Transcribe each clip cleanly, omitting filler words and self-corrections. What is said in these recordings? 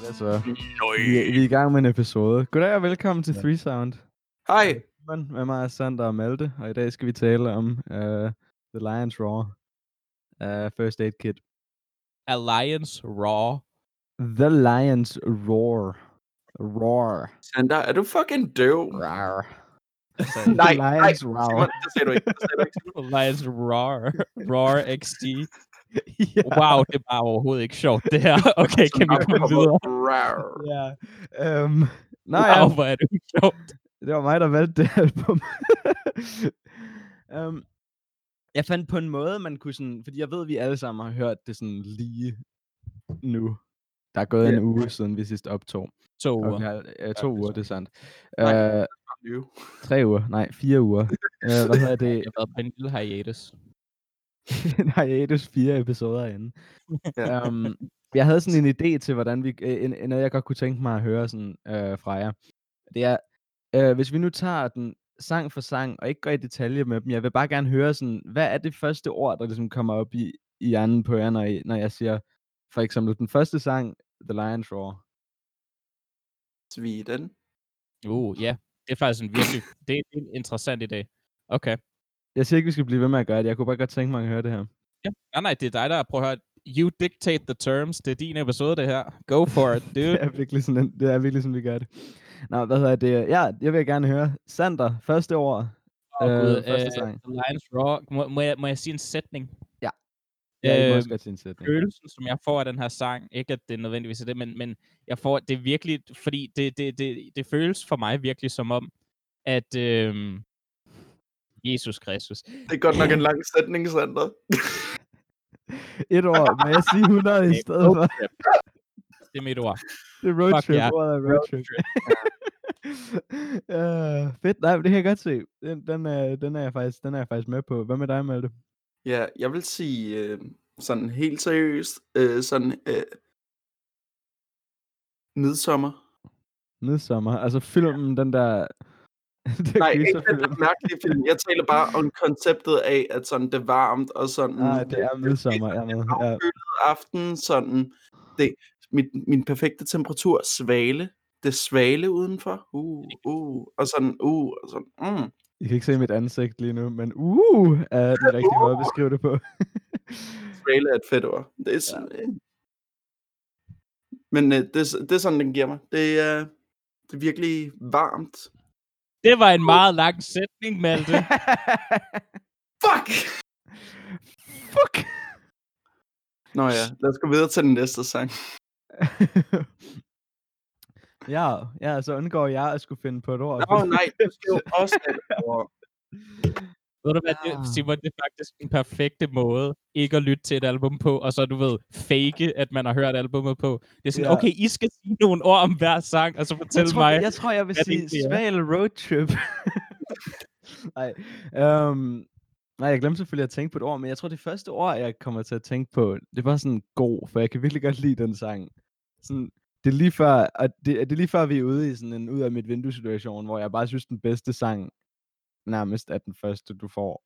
Altså, vi er i gang med en episode. Goddag og velkommen til 3 Sound. Hej. Med mig er Sander og Malte, og i dag skal vi tale om The Lions Raw. First Aid Kit. Alliance Raw. The Lions Roar. Sander, er du fucking døv? Rawr. Nej, Lions Raw. Simon, det sagde du ikke. Alliance Raw. Raw XD. Ja. Wow, det er bare overhovedet ikke sjovt, det her. Okay, kan vi komme videre? Ja. Wow, hvor er det ikke sjovt. Det var mig, der valgte det album. Jeg fandt på en måde, man kunne sådan... Fordi jeg ved, at vi alle sammen har hørt det sådan lige nu. Der er gået en uge siden, vi sidst optog. 2 uger. Okay, 2 uger, det er sandt. 3 uger. Nej, 4 uger. Hvad hedder det? Jeg har været på en lille hiatus. Hiatus 4 episoder inden. Jeg havde sådan en idé til, hvordan vi... noget, jeg godt kunne tænke mig at høre sådan, fra jer. Det er... hvis vi nu tager den sang for sang, og ikke går i detaljer med dem, jeg vil bare gerne høre sådan, hvad er det første ord, der ligesom kommer op i hjernen på jer, når jeg siger, for eksempel den første sang, The Lions Roar. Sweden. Ja. Det er faktisk en virkelig... det er en interessant idé. Okay. Jeg siger ikke, vi skal blive ved med at gøre det. Jeg kunne bare godt tænke mig at høre det her. Ja. Nej, det er dig, der prøver at høre. You dictate the terms. Det er din episode, det her. Go for it, dude. Det er virkelig sådan, vi gør det. Nå, hvad hedder det? Ja, jeg vil gerne høre. Sander, første ord. Første sang. The Lions Raw. Må jeg sige en sætning? Ja. Ja, I må også godt sige en sætning. Følelsen, som jeg får af den her sang, ikke at det er nødvendigvis det, men jeg får det virkelig, fordi det føles for mig virkelig som om, at Jesus Kristus. Det er godt nok en lang sætning, Sander. Et ord, må jeg sige 100 i stedet for? Det er mit ord. Det er roadtrip, yeah. ordet er roadtrip. Fedt, nej, det kan jeg godt se. Den er jeg faktisk med på. Hvad med dig, Malte? Ja, jeg vil sige sådan helt seriøst, Midsommer. Altså filmen, den der... Nej, ikke den der mærkelige film. Jeg taler bare om konceptet af, at sådan det er varmt og sådan... det er Midsommer. Ja. Aften, sådan... Det, min perfekte temperatur, svale. Det er svale udenfor. Og sådan, og sådan, I kan ikke se mit ansigt lige nu, men er den rigtige måde at beskrive det på. Svale er et fedt ord. Det er sådan, men det er sådan, den giver mig. Det er virkelig varmt. Det var en meget lang sætning, Malte. Fuck! Nå ja, lad os gå videre til den næste sang. Ja, så undgår jeg at skulle finde på et ord. Nej, du skal jo også have et ord. Ved du hvad, Simon, det er faktisk en perfekte måde ikke at lytte til et album på, og så, du ved, fake, at man har hørt albumet på. Det er sådan, okay, I skal sige nogle ord om hver sang, og så fortælle mig... Jeg tror, jeg vil sige Sval Roadtrip. Nej, jeg glemte selvfølgelig at tænke på et ord, men jeg tror, det første ord, jeg kommer til at tænke på, det var sådan god, for jeg kan virkelig godt lide den sang. Sådan, det er lige før, vi er ude i sådan en ud af mit vindue-situation, hvor jeg bare synes, den bedste sang nærmest er den første, du får.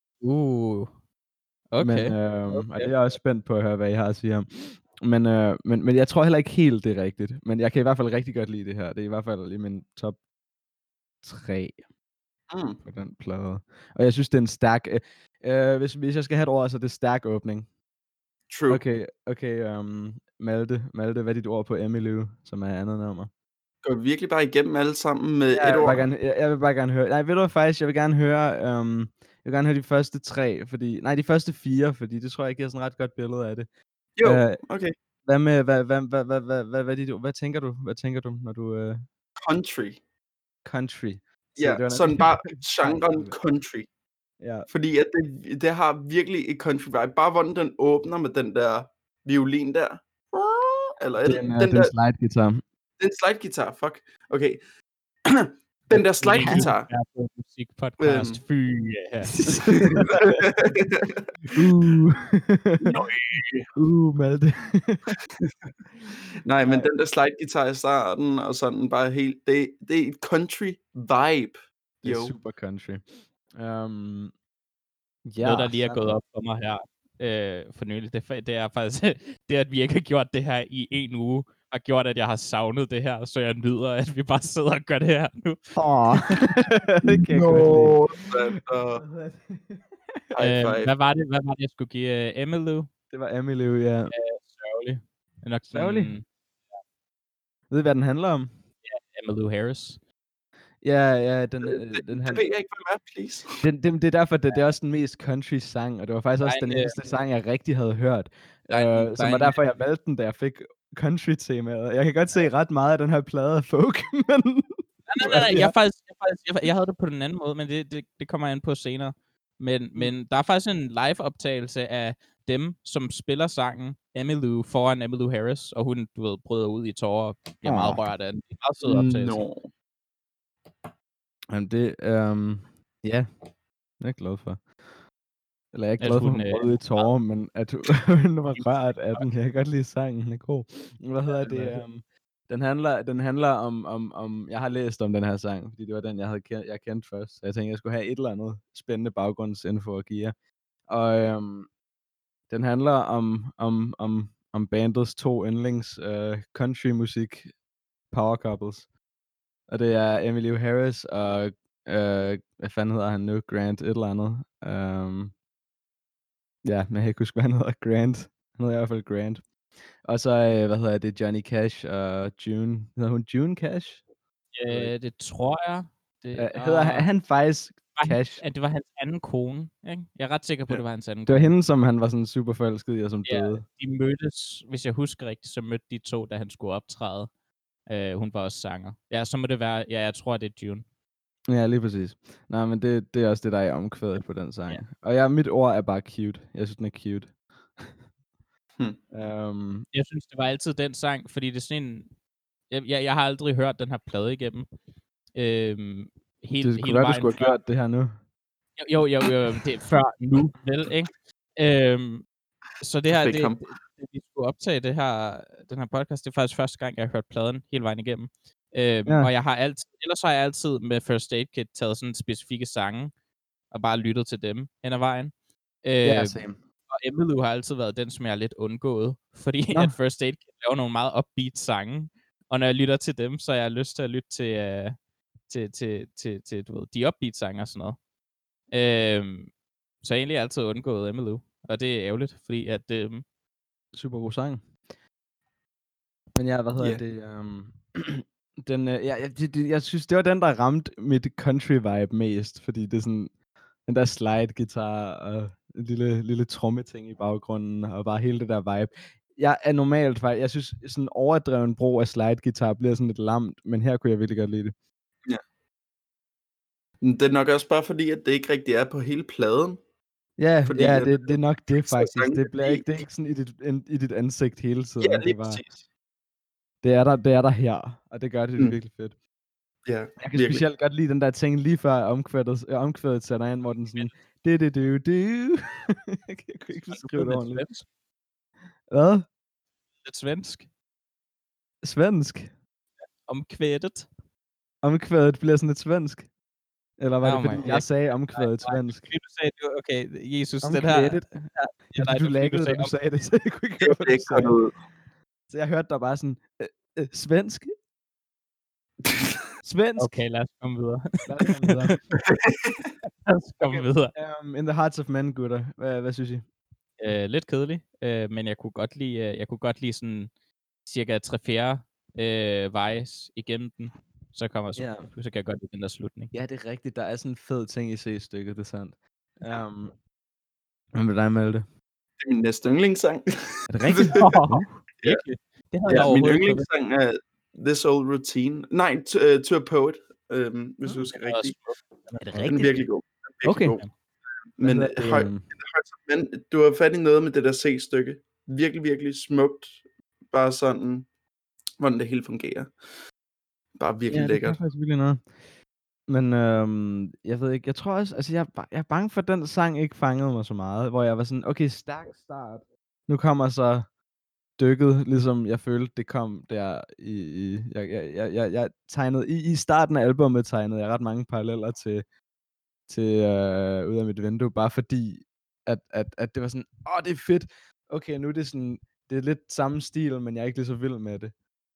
Okay. Og det er jeg også spændt på at høre, hvad I har at sige om. Men jeg tror heller ikke helt, det er rigtigt. Men jeg kan i hvert fald rigtig godt lide det her. Det er i hvert fald i min top 3 på den plade. Og jeg synes, det er en stærk... hvis jeg skal have et ord, så er det stærk åbning. True. Okay, Malte, hvad er dit ord på Emmylou, som er andet nummer? Går vi virkelig bare igennem alle sammen med et ord? Jeg vil bare gerne høre... Nej, ved du faktisk, jeg vil gerne høre de første 3, de første 4, fordi det tror jeg giver sådan et ret godt billede af det. Jo, okay. Hvad med, hvad tænker du, når du... Country. Ja, sådan bare genren country. Ja. Fordi at det har virkelig et country vibe. Bare hvordan den åbner med den der violin der. Eller den der slide guitar. Den slide guitar, fuck. Okay. Den der slide guitar. Ja, på musikpodcast. Fy, ja. Malte. Nej, men den der slide guitar i starten, og sådan bare helt, det er et country vibe. Det er super country. Noget, der lige er gået op for mig her for nylig, det er faktisk det, at vi ikke har gjort det her i 1 uge, har gjort, at jeg har savnet det her, så jeg nyder, at vi bare sidder og gør det her nu. Det kan jeg godt lide. Sander. High five. Hvad var det, jeg skulle give Emmylou? Det var Emmylou, ja. Sørgelig. Det er nok Sørgelig? sådan, Ved I, hvad den handler om? Emmylou Harris. Ja, den Det ved jeg ikke, hvad er, please. det er derfor, det er også den mest country sang, og det var faktisk også den eneste sang, jeg rigtig havde hørt. Som var derfor, jeg valgte den, da jeg fik country-temaet. Jeg kan godt se ret meget af den her plade af folk, men... Nej. Jeg havde det på den anden måde, men det kommer jeg ind på senere. Men der er faktisk en live-optagelse af dem, som spiller sangen Emmylou foran Emmylou Harris, og hun, du ved, bryder ud i tårer og bliver meget rørt af den. Det er meget sød optagelse. Jamen det, ja, det er jeg glad for. Eller jeg er ikke At glad for, hun, at hun brød i tårer, men at hun var rørt af den. Jeg kan godt lide sangen, den er god. Hvad hedder det? Den handler om jeg har læst om den her sang, fordi det var den, jeg kendte først. Så jeg tænkte, jeg skulle have et eller andet spændende baggrundsinfo at give jer. Og den handler om bandets 2 yndlings country musik power couples. Og det er Emmylou Harris og hvad fanden hedder han nu? Grant et eller andet. Ja, men jeg kan ikke huske, hvad han hedder. Grant. Han hedder i hvert fald Grant. Og så, hvad hedder det? Johnny Cash og June. Hedder hun June Cash? Det tror jeg. Hedder han faktisk Cash? Det var hans anden kone, ikke? Jeg er ret sikker på, at det var hans anden Det var kone. hende, som han var sådan super forelsket i, og som døde. De mødtes, hvis jeg husker rigtigt, så mødte de to, da han skulle optræde. Hun var også sanger. Ja, så må det være, jeg tror, det er June. Ja, lige præcis. Nej, men det er også det, der er omkvædet på den sang. Og mit ord er bare cute. Jeg synes, den er cute. Jeg synes, det var altid den sang, fordi det er sådan en... Jeg har aldrig hørt den her plade igennem. Det kunne være, du skulle have gjort det her nu. Jo, det er før nu, vel, ikke? Så det her, det vi skulle optage den her podcast, det er faktisk første gang, jeg har hørt pladen hele vejen igennem. Og jeg har ellers har jeg altid med First Aid Kit taget sådan specifikke sange, og bare lyttet til dem hen ad vejen. Same. Og Emmylou har altid været den, som jeg er lidt undgået, fordi at First Aid Kit laver nogle meget upbeat sange, og når jeg lytter til dem, så har jeg lyst til at lytte til du ved, de upbeat sange og sådan noget. Så jeg egentlig altid undgået Emmylou, og det er ærgerligt, fordi at... Super god sang. Men ja, hvad hedder det? Jeg synes, det var den, der ramte mit country-vibe mest, fordi det er sådan, den der slide-guitar og en lille trommeting i baggrunden, og bare hele det der vibe. Jeg er normalt faktisk, jeg synes, sådan overdreven brug af slide-guitar bliver sådan lidt lamt, men her kunne jeg virkelig godt lide det. Ja. Det er nok også bare fordi, at det ikke rigtig er på hele pladen. Ja, fordi, det er nok det faktisk. Det er ikke sådan i dit ansigt hele tiden. Ja, lige præcis. Det er der her, og det gør det virkelig fedt. Ja, jeg kan specielt godt lide den der ting lige før omkvædet sætter ind, hvor den sådan du. Jeg kunne ikke beskrive det ordentligt. Hvad? Lidt svensk. Svensk? Omkvædet. Omkvædet bliver sådan lidt svensk. Eller var det fordi, jeg sagde omkvædet svensk? Du sagde, okay, Jesus, omkvædet. den her... Du laggede, da du sagde det, så jeg kunne ikke høre, hvad du sagde. Så jeg hørte dig bare sådan, svensk? Svensk? Okay, lad os komme videre. In the Hearts of Men, gutter. Hvad synes I? Lidt kedelig, men jeg kunne godt lide sådan cirka 3/4 vejs igennem den. Så kan jeg godt lide den der slutning. Ja, det er rigtigt. Der er sådan en fed ting i C-stykket, det er sandt. Hvad med dig, Malte? Det er min næste yndlingssang. Er det rigtigt? Virkelig? Min yndlingssang er This Old Routine. Nej, To a Poet, hvis du husker rigtigt. Er det rigtigt? Den er virkelig god. Okay. God. Men du har fat i noget med det der C-stykke. Virkelig, virkelig smukt. Bare sådan, hvordan det hele fungerer. Bare virkelig lækkert. Det er faktisk virkelig noget. Men jeg ved ikke, jeg tror også, altså jeg er bange for, at den sang ikke fangede mig så meget, hvor jeg var sådan, okay, stærk start. Nu kommer så dykket, ligesom jeg følte, det kom der jeg tegnede, i starten af albummet tegnede jeg ret mange paralleller til ud af mit vindue, bare fordi, at det var sådan, det er fedt. Okay, nu er det sådan, det er lidt samme stil, men jeg er ikke lige så vild med det.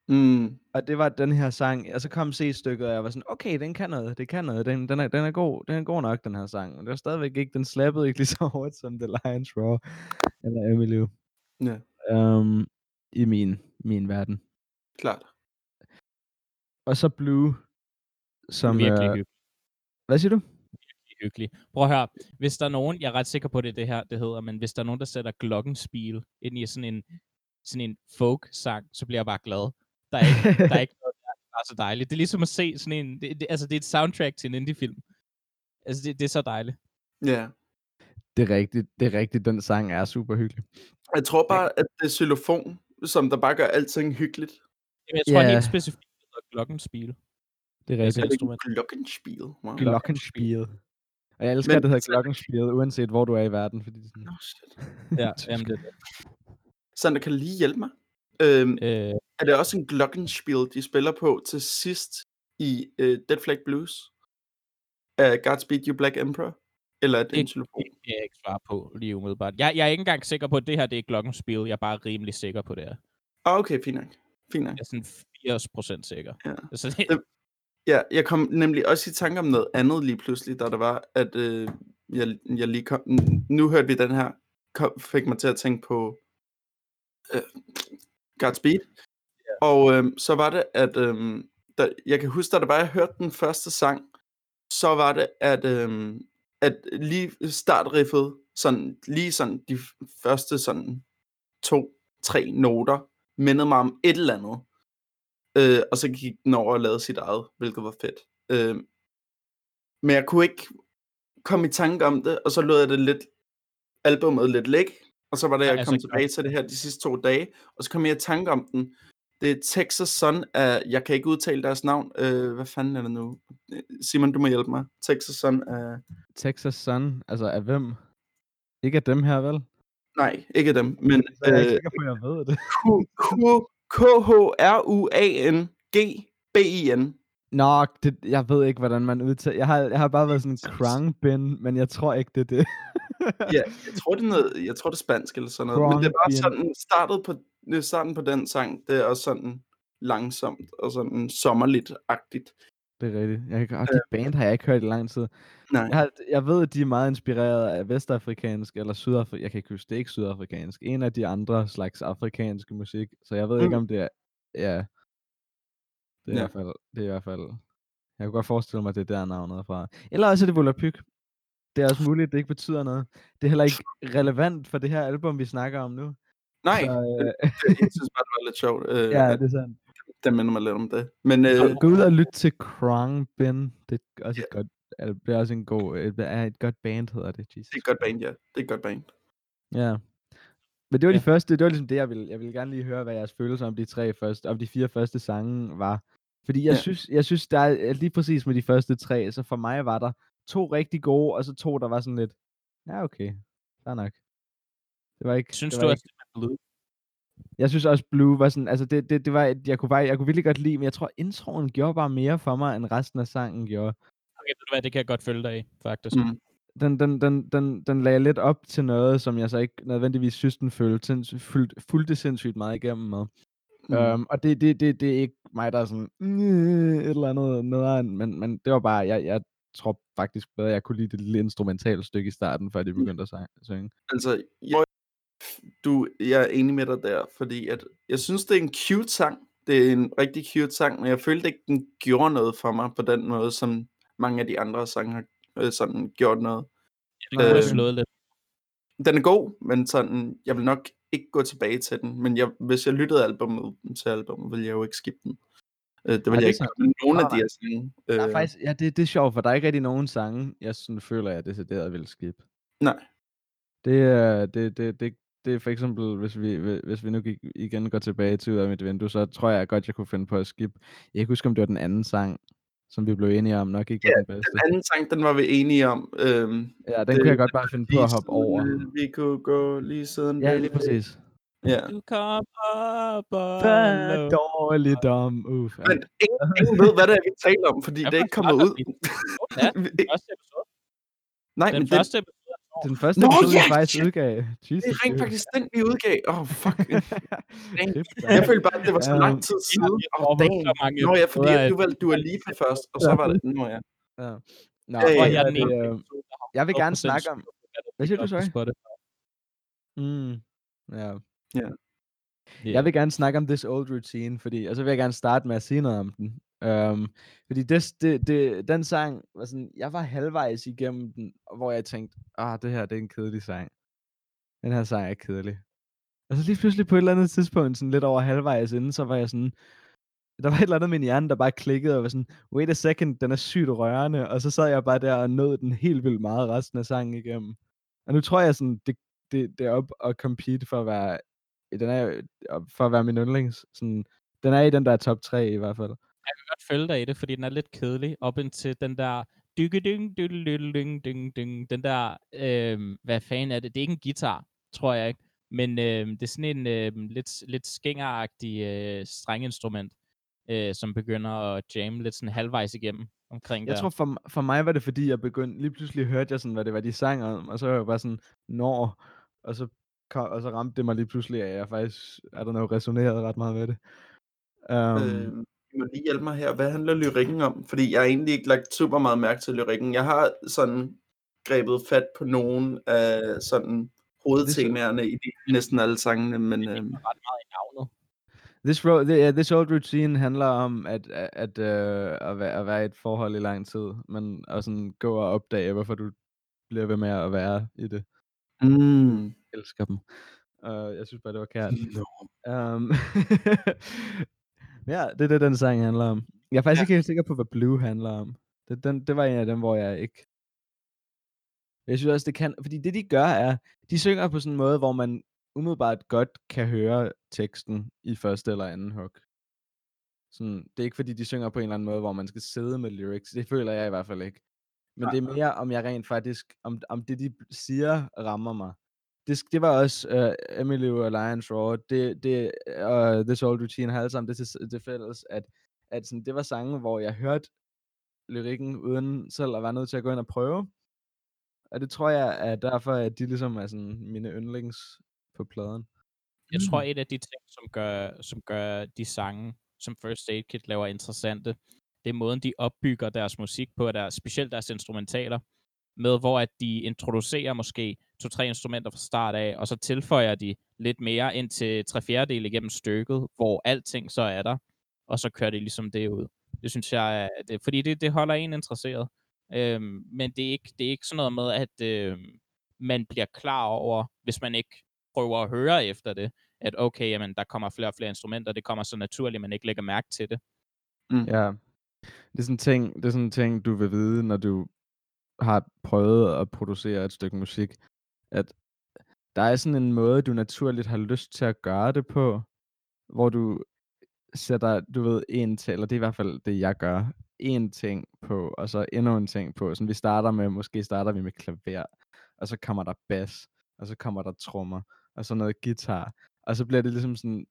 Og det var den her sang, og så kom C-stykket, og jeg var sådan, okay, den kan noget, det kan noget, den er god nok, den her sang. Men det var stadigvæk ikke, den slappede ikke lige så hårdt som The Lions Roar, eller Emily. Ja, I min verden. klart. Og så Blue, som... Virkelig hyggelig. Hvad siger du? Hyggelig. Prøv at høre, hvis der er nogen, jeg er ret sikker på det her, det hedder, men hvis der er nogen, der sætter Glockenspiel ind i sådan en folk-sang, så bliver jeg bare glad. Der er ikke noget, der er så dejligt. Det er ligesom at se sådan en, altså det er et soundtrack til en indie-film. Altså det er så dejligt. Ja. Det er rigtigt, den sang er super hyggelig. Jeg tror bare, at det er xylofon, som der bare gør alting hyggeligt. Jamen, jeg tror helt specifikt, det hedder Glockenspiel. Det er rigtigt. Glockenspiel. Wow. Glockenspiel. Og jeg elsker, at det hedder Glockenspiel, uanset hvor du er i verden. Fordi det er sådan... shit. Ja, jamen det er det. Sander, kan lige hjælpe mig? Er det også en Glockenspiel, de spiller på til sidst i Dead Flag Blues? Godspeed You Black Emperor? Eller er det en xylofon? Det kan jeg ikke svare på lige umiddelbart. Jeg er ikke engang sikker på, at det her det er Glockenspiel. Jeg er bare rimelig sikker på det her. Okay, fint nok. Jeg er sådan 80% sikker. Ja. Altså, Ja, jeg kom nemlig også i tanke om noget andet lige pludselig, da der var, at jeg lige kom... Nu hørte vi den her, fik mig til at tænke på Godspeed. Yeah. Og så var det, at jeg kan huske, da der var, jeg hørte den første sang, så var det, at lige startriffet, lige de første 2-3 noter, mindede mig om et eller andet. Og så gik den over og lavede sit eget, hvilket var fedt. Men jeg kunne ikke komme i tanke om det, og så lod jeg det albumet lidt ligge, og så var det, jeg kom tilbage til det her de sidste 2 dage, og så kom jeg i tanke om den. Det er Texas Sun af, jeg kan ikke udtale deres navn, hvad fanden er det nu? Simon, du må hjælpe mig. Texas Sun af... Texas Sun, altså af hvem? Ikke af dem her, vel? Nej, ikke af dem, men... Jeg er ikke sikker på, at jeg ved det. Khruangbin. Nå, jeg ved ikke, hvordan man udtaler. Jeg har bare været sådan Krungbin, men jeg tror ikke, det er det. Ja, jeg tror det er spansk eller sådan noget. Men det er bare sådan, starten på den sang, det er også sådan langsomt og sådan sommerligt-agtigt. Det er rigtigt. Det band har jeg ikke hørt i lang tid. Nej. Jeg ved, at de er meget inspireret af vestafrikansk eller sydafrikansk. Jeg kan ikke huske, det er ikke sydafrikansk. En af de andre slags afrikanske musik. Så jeg ved ikke, om det er... Ja. Det er i hvert fald... Jeg kunne godt forestille mig, at det er der navnet er fra. Eller også er det Volapyk. Det er også muligt, at det ikke betyder noget. Det er heller ikke relevant for det her album, vi snakker om nu. Nej, jeg synes bare, det var lidt sjovt. Ja, det er sandt. Det minder mig lidt om det. Men, gå ud og lytte til Krungbin. Det er også det er også et godt band, hedder det. Jesus. Det er et godt band, ja. Det er et godt band. Ja. Men det var de første, det var ligesom det, jeg ville gerne lige høre, hvad jeres følelser om de 4 første sange var. Fordi jeg synes, der er lige præcis med de første 3, så for mig var der 2 rigtig gode, og så 2, der var sådan lidt, ja okay, fair nok. Det var ikke... Synes du også, det var Blue? Jeg synes også, Blue var sådan, altså det var, jeg kunne virkelig godt lide, men jeg tror, introen gjorde bare mere for mig, end resten af sangen gjorde. Okay, det kan jeg godt følge dig i, faktisk. Den lagde lidt op til noget, som jeg så ikke nødvendigvis synes, den fulgte sindssygt meget igennem med. Og det er ikke mig, der er sådan, et eller andet nederen, men det var bare, jeg tror faktisk bedre, jeg kunne lide det lille instrumentale stykke i starten, før de begyndte at synge. Altså, jeg er enig med dig der, fordi at jeg synes, det er en cute sang. Det er en rigtig cute sang, men jeg følte ikke, den gjorde noget for mig på den måde, som mange af de andre sange har sådan gjort noget. Den er god, men sådan, jeg vil nok ikke gå tilbage til den, men hvis jeg lyttede til albumet, ville jeg jo ikke skippe den. Det vil jeg ikke gøre med nogen af de her sange. Faktisk, ja, det er sjovt, for der er ikke rigtig nogen sange, jeg sådan føler, jeg decideret vil skippe. Nej. Det er for eksempel, hvis vi nu igen går tilbage til Ud af mit vindue, så tror jeg godt, jeg kunne finde på at skippe. Jeg kan ikke huske, om det var den anden sang, som vi blev enige om, nok ikke var den bedste. Den anden sang, den var vi enige om. Ja, den kunne jeg godt bare finde på at hoppe over. Vi kunne gå lige siden. Ja, lige præcis. Ja. Du kom op og dårligdom. Men ingen ved, hvad det er, vi taler om, fordi det er ikke kommet ud. Ja, den første episode. Nej, den første episode Den første Nå, episode, vi ja, faktisk shit! udgav. Det Jesus, er rent dude. faktisk den, vi udgav. Fuck. Dang. Rip, Jeg følte bare, at det var så lang tid Vi har siden. lige droppet Dang. så mange Nå ja, fordi episoder, du valgte Dua Lipa først, og så var det... Nå ja. Ja. Nå, Ja, Og ja, jeg er hvad er den det, eneste episode, der har jeg vil gerne 100% snakke om... styr på, hvad der Hvad siger ligger du, op på sorry? Spotify. Ja. Ja. Jeg vil gerne snakke om This Old Routine, fordi, og så vil jeg gerne starte med at sige noget om den. Fordi den sang var sådan, jeg var halvvejs igennem den, hvor jeg tænkte, det her, det er en kedelig sang. Den her sang er kedelig. Og så lige pludselig på et eller andet tidspunkt, sådan lidt over halvvejs inden, så var jeg sådan, der var et eller andet med min hjerne, der bare klikkede og var sådan, wait a second, den er sygt rørende, og så sad jeg bare der og nåede den helt vildt meget resten af sangen igennem. Og nu tror jeg sådan, det er op og compete for at være, den er for at være min yndlings. Sådan, den er i den der top 3 i hvert fald. Jeg kan godt følge dig i det, fordi den er lidt kedelig, op indtil den der den der, hvad fanden er det? Det er ikke en guitar, tror jeg ikke, men det er sådan en lidt skængeragtig strenginstrument, som begynder at jamme lidt sådan halvvejs igennem omkring Jeg der. tror for mig var det fordi, jeg begyndte, lige pludselig hørte jeg sådan, hvad det var, de sang om, og så var jeg bare sådan, og så ramte det mig lige pludselig, at jeg faktisk, resonerede ret meget med det. Du må lige hjælpe mig her. Hvad handler lyrikken om? Fordi jeg har egentlig ikke lagt super meget mærke til lyrikken. Jeg har sådan grebet fat på nogle af sådan hovedtemaerne i næsten alle sangene, men... Det er ret meget i navnet. This Old Routine handler om at være i et forhold i lang tid, men at sådan gå og opdage, hvorfor du bliver ved med at være i det. Jeg elsker dem. Jeg synes bare, det var kært. Ja, det er det, den sang handler om. Jeg er faktisk ikke helt sikker på, hvad Blue handler om. Det var en af dem, hvor jeg ikke... Jeg synes også, det kan... Fordi det, de gør, er... De synger på sådan en måde, hvor man umiddelbart godt kan høre teksten i første eller anden hook. Sådan, det er ikke fordi, de synger på en eller anden måde, hvor man skal sidde med lyrics. Det føler jeg i hvert fald ikke. Men det er mere, om jeg rent faktisk... Om det, de siger, rammer mig. Det var også Emily og Lions Raw. This Old Routine har alle sammen det fælles, at sådan, det var sange, hvor jeg hørte lyrikken, uden selv at være nødt til at gå ind og prøve. Og det tror jeg er derfor, at de ligesom er sådan mine yndlings på pladen. Jeg tror, et af de ting, som gør de sange, som First Aid Kit laver interessante, det er måden, de opbygger deres musik på, specielt deres instrumentaler, med hvor at de introducerer måske 2-3 instrumenter fra start af, og så tilføjer de lidt mere ind til 3/4 igennem stykket, hvor alting så er der, og så kører de ligesom det ud. Det synes jeg, fordi det holder en interesseret. Men det er ikke sådan noget med, at man bliver klar over, hvis man ikke prøver at høre efter det, at okay, jamen, der kommer flere og flere instrumenter, det kommer så naturligt, man ikke lægger mærke til det. Ja. Det er sådan en ting, du vil vide, når du har prøvet at producere et stykke musik, at der er sådan en måde, du naturligt har lyst til at gøre det på, hvor du sætter, du ved, eller det er i hvert fald det, jeg gør, en ting på, og så endnu en ting på. Sådan, måske starter vi med klaver, og så kommer der bass, og så kommer der trommer, og så noget guitar, og så bliver det ligesom sådan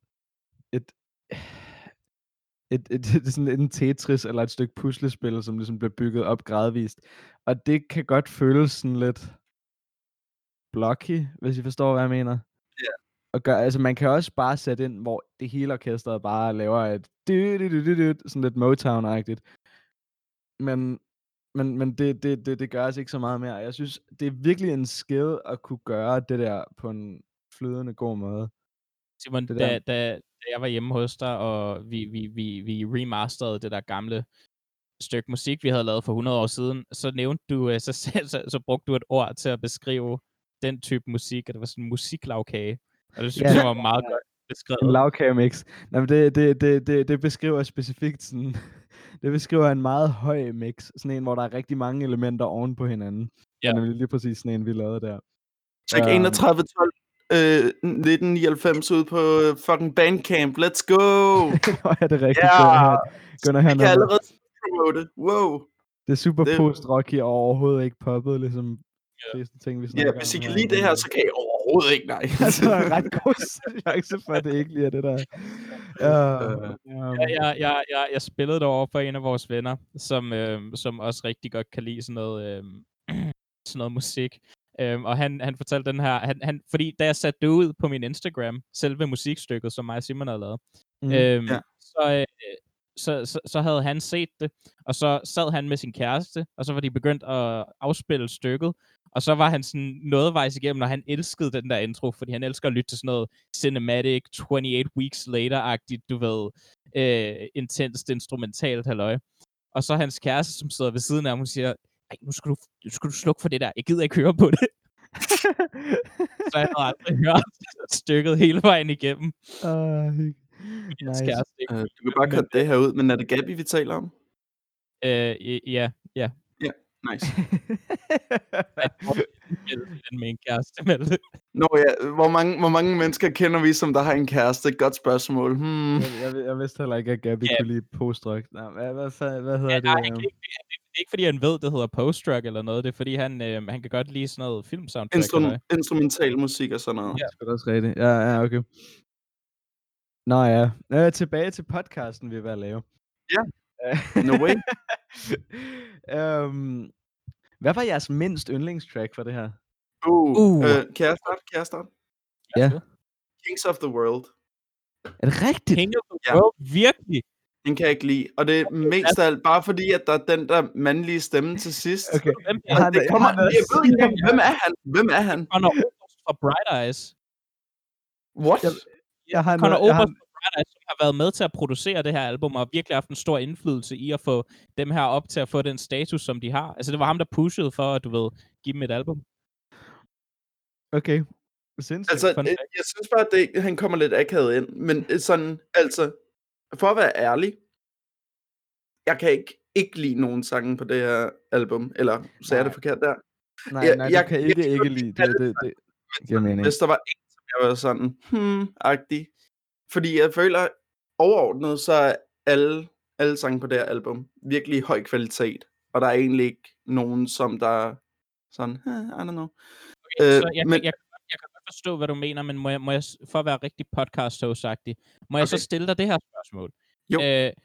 sådan en Tetris eller et stykke puslespil, som ligesom bliver bygget op gradvist. Og det kan godt føles sådan lidt blocky, hvis I forstår, hvad jeg mener. Ja. Altså man kan også bare sætte ind, hvor det hele orkestret bare laver et sådan lidt Motown-agtigt. Men det gør altså ikke så meget mere. Jeg synes, det er virkelig en skill at kunne gøre det der på en flydende god måde. Simon, da jeg var hjemme hos dig, og vi remasterede det der gamle stykke musik, vi havde lavet for 100 år siden, så nævnte du, så brugte du et ord til at beskrive den type musik, at det var sådan en musiklavkage. Og det synes jeg var meget godt beskrevet. En lavkagemix. Det beskriver specifikt sådan, det beskriver en meget høj mix, sådan en, hvor der er rigtig mange elementer oven på hinanden. Ja. Og nemlig lige præcis sådan en, vi lavede der. Tjek 3112 1999 ud på fucking Bandcamp. Let's go! Ja, det er rigtigt. Yeah! Jeg kan allerede promote. Wow! Det er super post-rocky og overhovedet ikke poppet, ligesom fleste ting, vi snakker om. Ja, hvis I kan lide det her, så kan I overhovedet ikke, nej. Altså, der er ret god chance for, at det ikke lige er det der. Jeg spillede det over for en af vores venner, som også rigtig godt kan lide sådan noget musik. Og han fortalte den her, fordi da jeg satte det ud på min Instagram, selve musikstykket, som mig og Simon havde lavet, Ja. så havde han set det, og så sad han med sin kæreste, og så var de begyndt at afspille stykket, og så var han sådan noget vejs igennem, og han elskede den der intro, fordi han elsker at lytte til sådan noget cinematic, 28 Weeks Later-agtigt, du ved, intenst instrumentalt halløj. Og så hans kæreste, som sidder ved siden af ham, hun siger, ej, nu skal du slukke for det der, jeg gider ikke høre på det. Så jeg havde aldrig hørt stykket hele vejen igennem. Nice. Du kan bare cutte det her ud, men er det Gabby, vi taler om? Ja. Ja, nice. Den med en kæreste, Malte. Nå ja, hvor mange mennesker kender vi, som der har en kæreste? Godt spørgsmål. Jeg vidste heller ikke, at Gabby kunne lide post-rock. Hvad hedder det? Det er ikke, fordi han ved, det hedder post-rock eller noget. Det er, fordi han kan godt lide sådan noget film-soundtrack. Instrumental musik og sådan noget. Ja, det er også rigtigt. Ja, okay. Nå ja. Tilbage til podcasten, vi er ved at lave. Ja. No way. Hvad var jeres mindst yndlingstrack for det her? Kan jeg starte? Ja. Kings of the World. Er det rigtigt? King of the World? Virkelig? Den kan jeg ikke lide. Og det er mest af alt bare fordi, at der er den der mandlige stemme til sidst. Okay. Jeg ved ikke, hvem er han? Conor Oberst fra Bright Eyes. What? Conor Oberst fra Bright Eyes, som har været med til at producere det her album, og virkelig haft en stor indflydelse i at få dem her op til at få den status, som de har. Altså, det var ham, der pushede for, at du ved, give dem et album. Okay. Sindssygt. Altså, jeg synes bare, at han kommer lidt akavet ind. Men sådan, altså, for at være ærlig, jeg kan ikke lide nogen sange på det her album. Eller sagde jeg det forkert der? Nej, jeg kan ikke lide det. Hvis der var en, som jeg var sådan, agtig. Fordi jeg føler, overordnet, så er alle sange på det her album virkelig høj kvalitet. Og der er egentlig ikke nogen, som der sådan, I don't know. Okay, så jeg kan godt forstå, hvad du mener, men må jeg for at være rigtig podcast-host-agtig, må jeg så stille dig det her spørgsmål? Jo.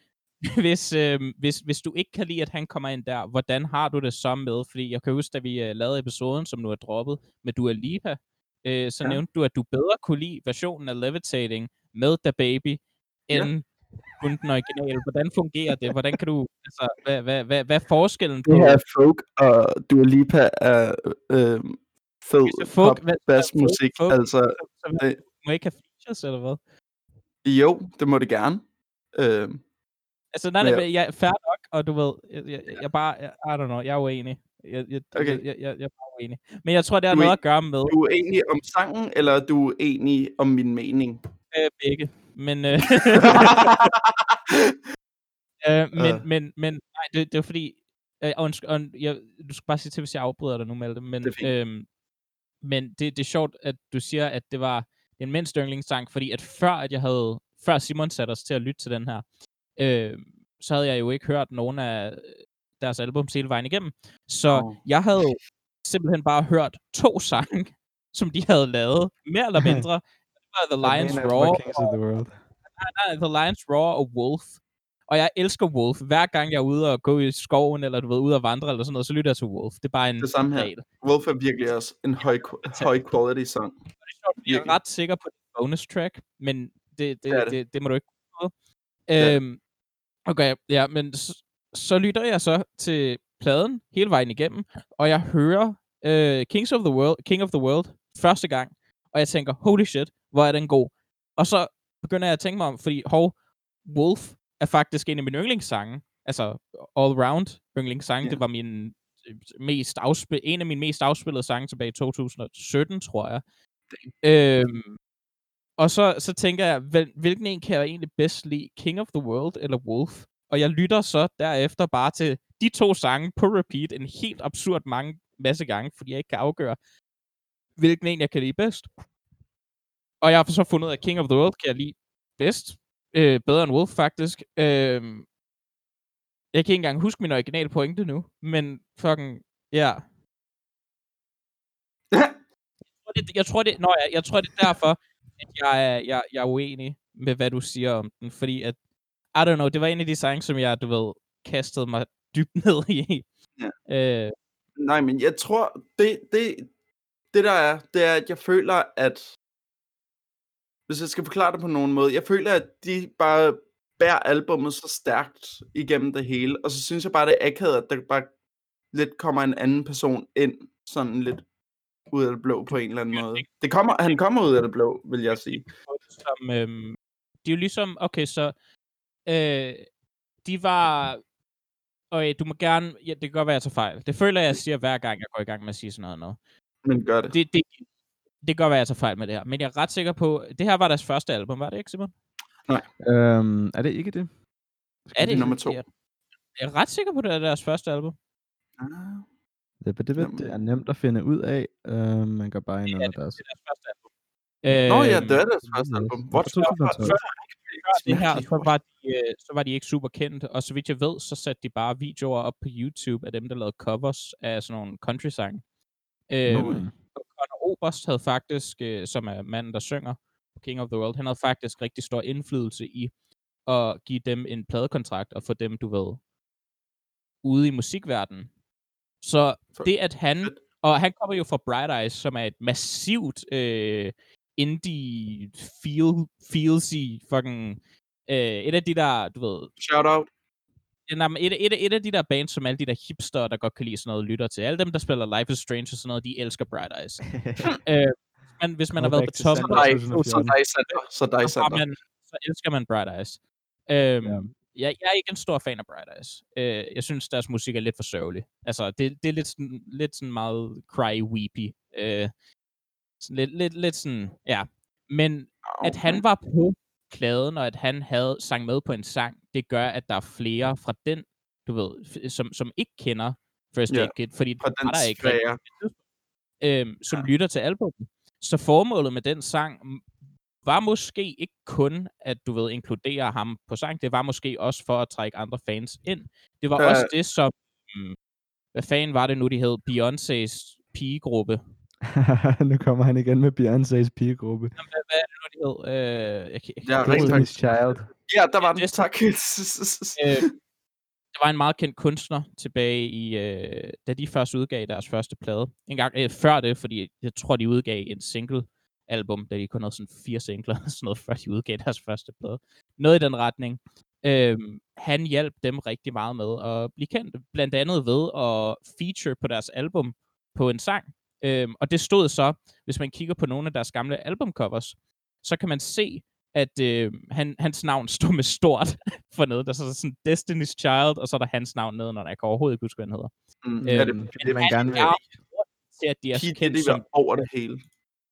Hvis du ikke kan lide, at han kommer ind der, hvordan har du det så med? Fordi jeg kan huske, da vi lavede episoden, som nu er droppet, med Dua Lipa, så nævnte du, at du bedre kunne lide versionen af Levitating med Da Baby, end kun den originale. Hvordan fungerer det? Hvordan kan du, altså, hvad er forskellen på? Det her folk og Dua Lipa er fed pop-bass-musik. Altså, det må ikke have features, eller hvad? Jo, det må det gerne. Altså, nej, jeg er fair nok, og du ved, jeg bare, I don't know, jeg er uenig. Jeg er bare uenig. Men jeg tror, det har noget at gøre med... Du er uenig om sangen, eller er du uenig om min mening? Begge. Men, men nej, det er fordi... du skal bare sige til, hvis jeg afbryder dig nu, Malte. Men det er sjovt, at du siger, at det var en mindst yndlingssang, fordi at før Simon satte os til at lytte til den her, så havde jeg jo ikke hørt nogen af deres albums hele vejen igennem. Så jeg havde simpelthen bare hørt 2 sange, som de havde lavet, mere eller mindre. Det var The Lion's Roar. The Lion's Roar og Wolf. Og jeg elsker Wolf. Hver gang jeg er ude og gå i skoven, eller du ved, ude og vandre, eller sådan noget, så lytter jeg til Wolf. Det er bare en det samme her. Wolf er virkelig også en høj quality sang. Jeg er ret sikker på det bonus track, men det må du ikke prøve. Okay, ja, men så lytter jeg så til pladen hele vejen igennem, og jeg hører King of the World første gang, og jeg tænker, holy shit, hvor er den god. Og så begynder jeg at tænke mig om, fordi Wolf er faktisk en af mine yndlingssange, altså all round yndlingssange. Det var en af mine mest afspillede sange tilbage i 2017, tror jeg. Og så tænker jeg, hvilken en kan jeg egentlig bedst lide, King of the World eller Wolf? Og jeg lytter så derefter bare til de 2 sange på repeat en helt absurd masse gange, fordi jeg ikke kan afgøre, hvilken en jeg kan lide bedst. Og jeg har så fundet ud af, at King of the World kan jeg lide bedst. Bedre end Wolf, faktisk. Jeg kan ikke engang huske min originale pointe nu, men fucking, ja. Jeg tror det er derfor, at jeg er uenig med, hvad du siger om den, fordi at, I don't know, det var en af de sange, som jeg, du ved, kastede mig dybt ned i. Ja. Nej, men jeg tror, det der er, det er, at jeg føler, at hvis jeg skal forklare det på nogen måde, jeg føler, at de bare bærer albummet så stærkt igennem det hele, og så synes jeg bare, det er akavet, at der bare lidt kommer en anden person ind, sådan lidt ud af det blå på en eller anden måde. Han kommer ud af det blå, vil jeg sige. Som, de er jo ligesom, okay, så de var, og du må gerne, ja, det kan godt være, jeg tager fejl. Det føler jeg siger hver gang, jeg går i gang med at sige sådan noget. Men gør det. Det kan godt være, jeg tager fejl med det her, men jeg er ret sikker på, det her var deres første album, var det ikke, Simon? Nej. Er det ikke det? Er det nummer 2? Jeg er ret sikker på, det er deres første album. Det er nemt at finde ud af. Man går bare ind under deres. Det er deres første album. Ja, det er deres første album. Det her, så var de ikke super kendte, og så vidt jeg ved, så satte de bare videoer op på YouTube af dem, der lavede covers af sådan nogle country-sange. Conor Oberst havde faktisk, som er manden, der synger King of the World, han havde faktisk rigtig stor indflydelse i at give dem en pladekontrakt og få dem, du ved, ude i musikverdenen. Så det, at og han kommer jo fra Bright Eyes, som er et massivt indie feelsy fucking et af de der, du ved, shout out. Et af de der bands, som alle de der hipster, der godt kan lide sådan noget, lytter til. Alle dem, der spiller Life is Strange og sådan noget, de elsker Bright Eyes. Men hvis man har været på toppen, så elsker man Bright Eyes. Jeg er ikke en stor fan af Bright Eyes. Jeg synes, deres musik er lidt for sørgelig. Altså, det er lidt sådan meget cry-weepy. Lidt sådan, ja. Men at han var på pladen, og at han sang med på en sang, det gør, at der er flere fra den, du ved, som ikke kender First Aid Kit, fordi det var der ikke rigtig, som lytter til albumet. Så formålet med den sang var måske ikke kun, at du ved, inkludere ham på sang, det var måske også for at trække andre fans ind. Det var også det, som, hvad fanden var det nu, de hed? Beyoncés pigegruppe. Nu kommer han igen med Beyoncés pigegruppe. Hvad er det nu, de hed? Destiny's Child. Ja, der var den, tak. Der var en meget kendt kunstner tilbage i, da de først udgav deres første plade. En gang før det, fordi jeg tror, de udgav en single album, da de kun havde sådan 4 singler, sådan noget, før de udgav deres første plade. Noget i den retning. Han hjalp dem rigtig meget med at blive kendt, blandt andet ved at feature på deres album på en sang. Og det stod så, hvis man kigger på nogle af deres gamle albumcovers, så kan man se, at hans navn stod med stort for nede. Der er sådan Destiny's Child, og så er der hans navn nede, når jeg kan overhovedet ikke huske, hvad han hedder. Det man gerne vil. Til, at de er kendt som over det hele.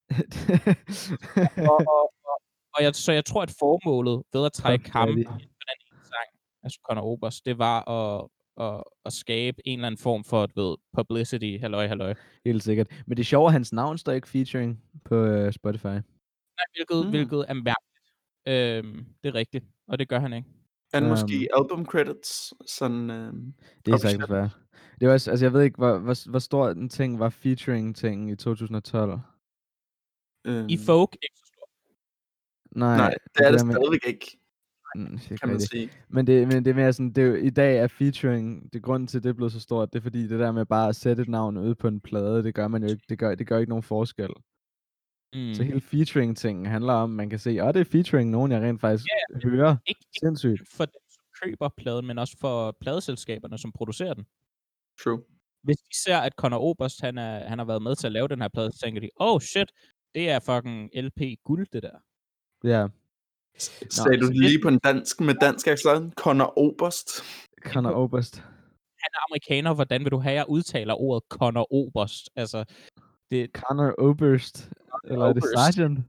Så jeg tror, at formålet ved at trække ham på den ene sang, altså Conor Oberst, det var at skabe en eller anden form for, publicity, halløj. Helt sikkert. Men det er sjovt, at hans navn står ikke featuring på Spotify. Nej, hvilket er mærkeligt. Det er rigtigt, og det gør han ikke. Er det måske album credits? Sådan, det er sagtens værd. Det var også, altså jeg ved ikke, hvor stor den ting var featuring-ting i 2012. I folk ikke så stor. Nej, det er det stadigvæk ikke. Kan man sige. Men det er mere sådan, det er jo, i dag er featuring, det grund til, det er blevet så stort, det er fordi det der med bare at sætte et navn ude på en plade, det gør man jo ikke, det gør ikke nogen forskel. Så hele featuring-tingen handler om, man kan se, det er featuring nogen, jeg rent faktisk hører. Ikke sindssygt. For dem, som køber pladen, men også for pladeselskaberne, som producerer den. True. Hvis de ser, at Conor Oberst, han har været med til at lave den her plade, så tænker de, shit, det er fucking LP guld, det der. Ja. Sagde du lige på en dansk med dansk accent? Conor Oberst. Conor Oberst. Han er amerikaner, hvordan vil du have, jeg udtaler ordet Conor Oberst? Altså, det... Conor Oberst. Eller er det Sergeant?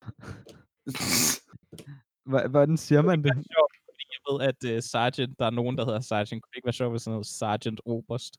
Hvordan siger man det? Jeg ved, at Sergeant, der er nogen, der hedder Sergeant. Kunne det ikke være sjovt, hvis sådan noget Sergeant Oberst?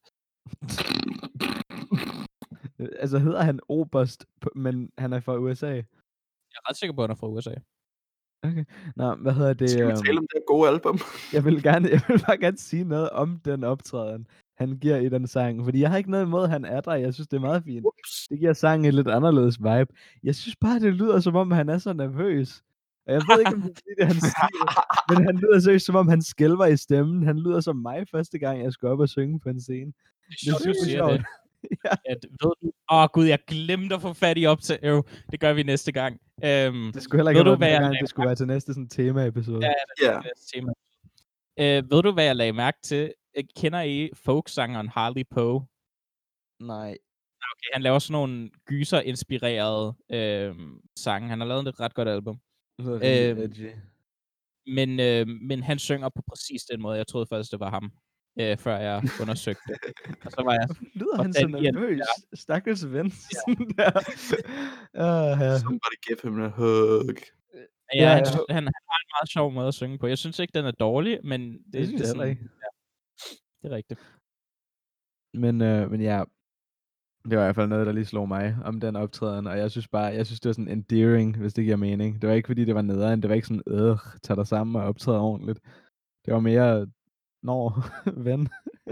Altså hedder han Oberst, men han er fra USA? Jeg er ret sikker på, at han er fra USA. Okay. Nå, hvad hedder det? Skal vi tale om det gode album? Jeg vil bare gerne sige noget om den optræden, han giver i den sang. Fordi jeg har ikke noget imod, at han er der. Jeg synes, det er meget fint. Det giver sangen en lidt anderledes vibe. Jeg synes bare, det lyder, som om han er så nervøs. Og jeg ved ikke, om det er det, han siger. Men han lyder seriøst, som om han skælver i stemmen. Han lyder som mig første gang, jeg skulle op og synge på en scene. Det er sjovt. Ja. At, ved du... Gud, jeg glemte at få fat i det gør vi næste gang. Det skulle heller ikke ved have du, været den hvad her jeg gang, det skulle være til næste sådan tema-episode. Ja, det Ja. er næste tema. Ved du, hvad jeg lagde mærke til? Kender I folksangeren Harley Poe? Nej. Okay, han laver sådan nogle gyser-inspirerede sange. Han har lavet et ret godt album. Det lyder rimelig edgy. Men han synger på præcis den måde. Jeg troede først, det var ham, før jeg undersøgte det. Og så var jeg Hvorfor lyder han hvordan så i nervøs? Stakkels ven. Ja. Sådan der. Ja. Somebody give him a hug. Ja, Ja, han har en meget sjov måde at synge på. Jeg synes ikke, den er dårlig, men Det synes jeg heller ikke. Ja, det er rigtigt. Men ja, det var i hvert fald noget, der lige slog mig om den optræden, og jeg synes det var sådan endearing, hvis det giver mening. Det var ikke, fordi det var nederen, det var ikke sådan, tag dig sammen og optræde ordentligt. Det var mere, ven.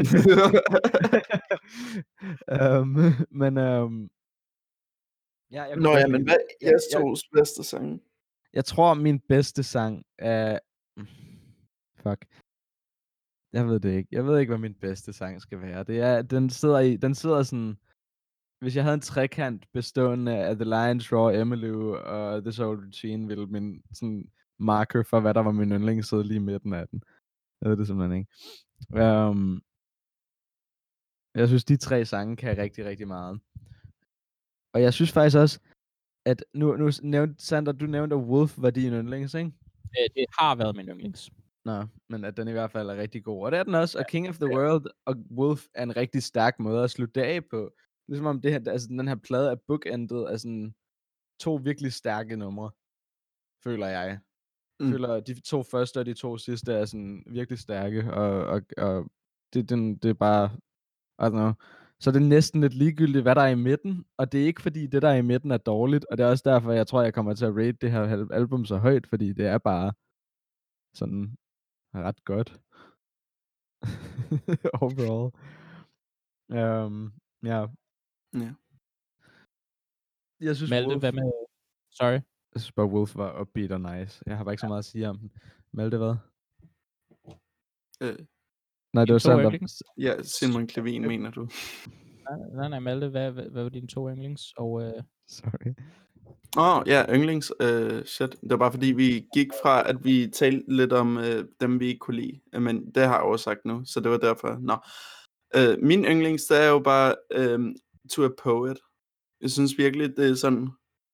Men ja, jeg kunne Nå godt ja, lide men det. hvad er jeres tos bedste sang? Jeg tror, min bedste sang er... Fuck. Jeg ved det ikke. Jeg ved ikke, hvad min bedste sang skal være. Den sidder sådan... Hvis jeg havde en trekant bestående af The Lions Raw, Emmylou og This Old Routine, ville min sådan marker for, hvad der var min yndling, sidde lige i midten af den. Jeg ved det simpelthen ikke. Jeg synes, de 3 sange kan rigtig, rigtig meget. Og jeg synes faktisk også, at nu nævnte Sander, du nævnte, at Wolf var din yndlings, ikke? Det har været min yndlings. Nå, men at den i hvert fald er rigtig god. Og det er den også, og King of the World og Wolf er en rigtig stærk måde at slutte det af på. Ligesom om det her, altså den her plade er bookendet af sådan 2 virkelig stærke numre, føler jeg. Jeg føler, at de 2 første og de 2 sidste er sådan virkelig stærke, og det er bare, I don't know. Så det er næsten lidt ligegyldigt, hvad der er i midten, og det er ikke fordi det, der er i midten er dårligt, og det er også derfor, jeg tror, jeg kommer til at rate det her album så højt, fordi det er bare sådan ret godt. Overall. Ja. Ja. Jeg synes, Malte, Wolf... hvad med... Sorry. Jeg synes bare, Wolf var upbeat og nice. Jeg har bare ikke så meget at sige om den. Malte, hvad? Nej, det var sådan, Ja, Simon Klevin, mener du? Nej, Malte, hvad var dine 2 yndlings? Og, Sorry. Ja, yndlings. Shit. Det var bare fordi, vi gik fra, at vi talte lidt om dem, vi ikke kunne lide. Men det har jeg også sagt nu, så det var derfor. Nå. Min yndlings, det er jo bare To a Poet. Jeg synes virkelig, det er sådan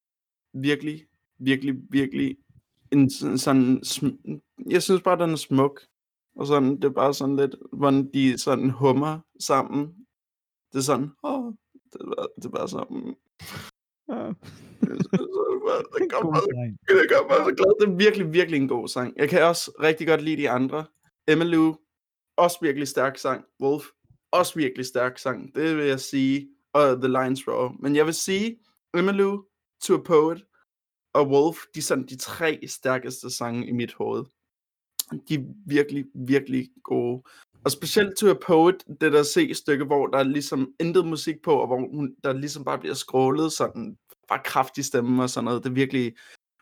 virkelig en sådan... Jeg synes bare, den er smuk. Og sådan, det er bare sådan lidt, hvordan de sådan hummer sammen. Det er sådan, det er bare sådan... Det gør mig så glad. Det er virkelig en god sang. Jeg kan også rigtig godt lide de andre. Emmylou, også virkelig stærk sang. Wolf, også virkelig stærk sang. Det vil jeg sige. Og The Lions Raw. Men jeg vil sige, Emmylou, To a Poet og Wolf, de er sådan de 3 stærkeste sange i mit hoved. De er virkelig gode. Og specielt To a Poet, det der C-stykke, hvor der er ligesom intet musik på, og hvor der ligesom bare bliver scrollet sådan, bare kraftig stemme og sådan noget. Det er virkelig...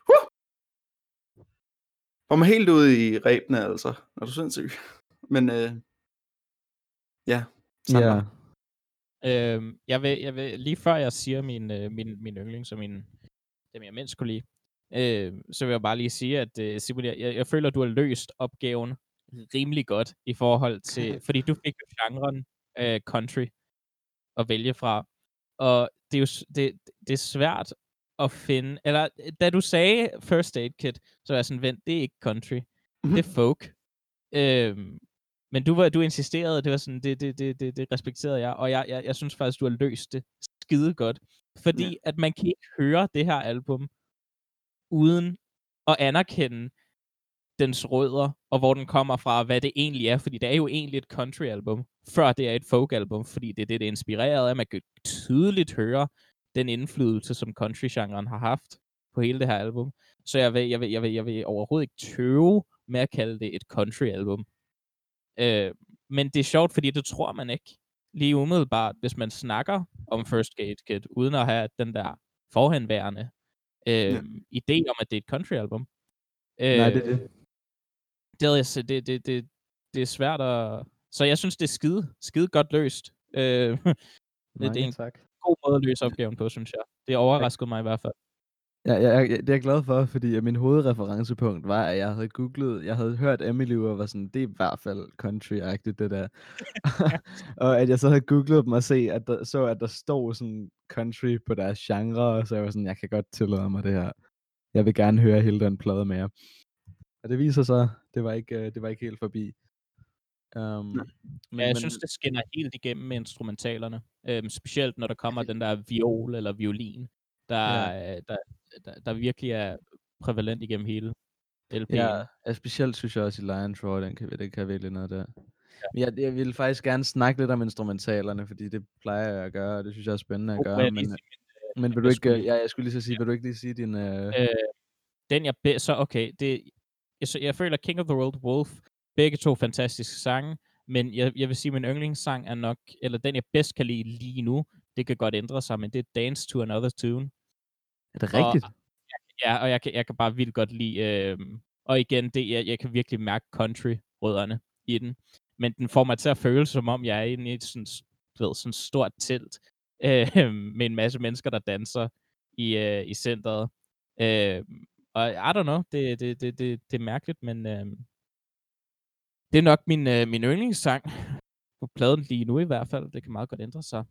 Hvor man helt ude i rebene, altså. Er du sindssyg? Men ja. Ja. Jeg vil, lige før jeg siger min yndlings og dem jeg mindst kunne lide, så vil jeg bare lige sige, at Simon, jeg føler, at du har løst opgaven rimelig godt i forhold til, fordi du fik jo genren country at vælge fra, og det er jo det er svært at finde, eller da du sagde First Aid Kit, så var jeg sådan, vent, det er ikke country, det er folk. Men du insisterede, det var sådan, det respekterede jeg, og jeg synes faktisk, du har løst det skide godt, fordi at man kan ikke høre det her album uden at anerkende dens rødder, og hvor den kommer fra, og hvad det egentlig er, fordi det er jo egentlig et country-album, før det er et folk-album, fordi det er det er inspireret af. Man kan tydeligt høre den indflydelse, som country-genren har haft på hele det her album. Så jeg vil overhovedet ikke tøve med at kalde det et country-album. Men det er sjovt, fordi det tror man ikke lige umiddelbart, hvis man snakker om First Aid Kit, uden at have den der forhenværende idé om, at det er et country-album. Nej, det er det. Det er svært at... Så jeg synes, det er skide godt løst. Det er Mange en tak. god måde at løse opgaven på, synes jeg. Det overraskede mig i hvert fald. Ja, det er jeg glad for, fordi min hovedreferencepunkt var, at jeg havde hørt Emily og var sådan, det er i hvert fald country-agtigt, det der. Og at jeg så havde googlet dem og at der stod sådan country på deres genre, og så jeg var sådan, jeg kan godt tillade mig det her. Jeg vil gerne høre hele den plade med jer. Og det viser sig, det var ikke helt forbi. Ja, jeg synes, det skinner helt igennem med instrumentalerne. Specielt når der kommer den der viol eller violin, der virkelig er prævalent igennem hele LP'en. Ja, specielt synes jeg også i Lion Roar, den kan virkelig noget der. Men jeg ville faktisk gerne snakke lidt om instrumentalerne, fordi det plejer jeg at gøre, og det synes jeg er spændende at gøre. Men vil du ikke, jeg skulle lige så sige, vil du ikke lige sige din... Den jeg jeg føler King of the Road Wolf, begge to fantastiske sange, men jeg vil sige, min yndlingssang er nok, eller den jeg bedst kan lide lige nu, det kan godt ændre sig, men det er Dance to Another Tune. Er det rigtigt? Og jeg kan bare vildt godt lide, og igen, jeg kan virkelig mærke country-rødderne i den, men den får mig til at føle, som om jeg er inde i et sådan stort telt, med en masse mennesker, der danser i centret. Og I don't know, det er mærkeligt, men det er nok min yndlingssang på pladen lige nu i hvert fald. Det kan meget godt ændre sig.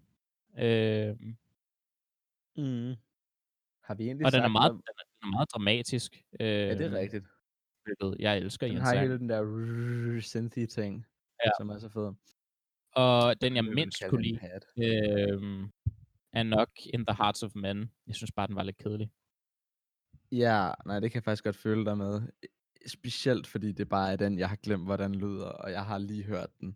Har vi egentlig og sagt, den er meget dramatisk. Ja, det er rigtigt. Jeg elsker den en har sang. hele den der synthy ting, som er så fed. Og den jeg mindst kunne lide, er nok In the Hearts of Men. Jeg synes bare, den var lidt kedelig. Ja, nej, det kan jeg faktisk godt føle dig med. Specielt fordi det bare er den, jeg har glemt, hvordan den lyder, og jeg har lige hørt den.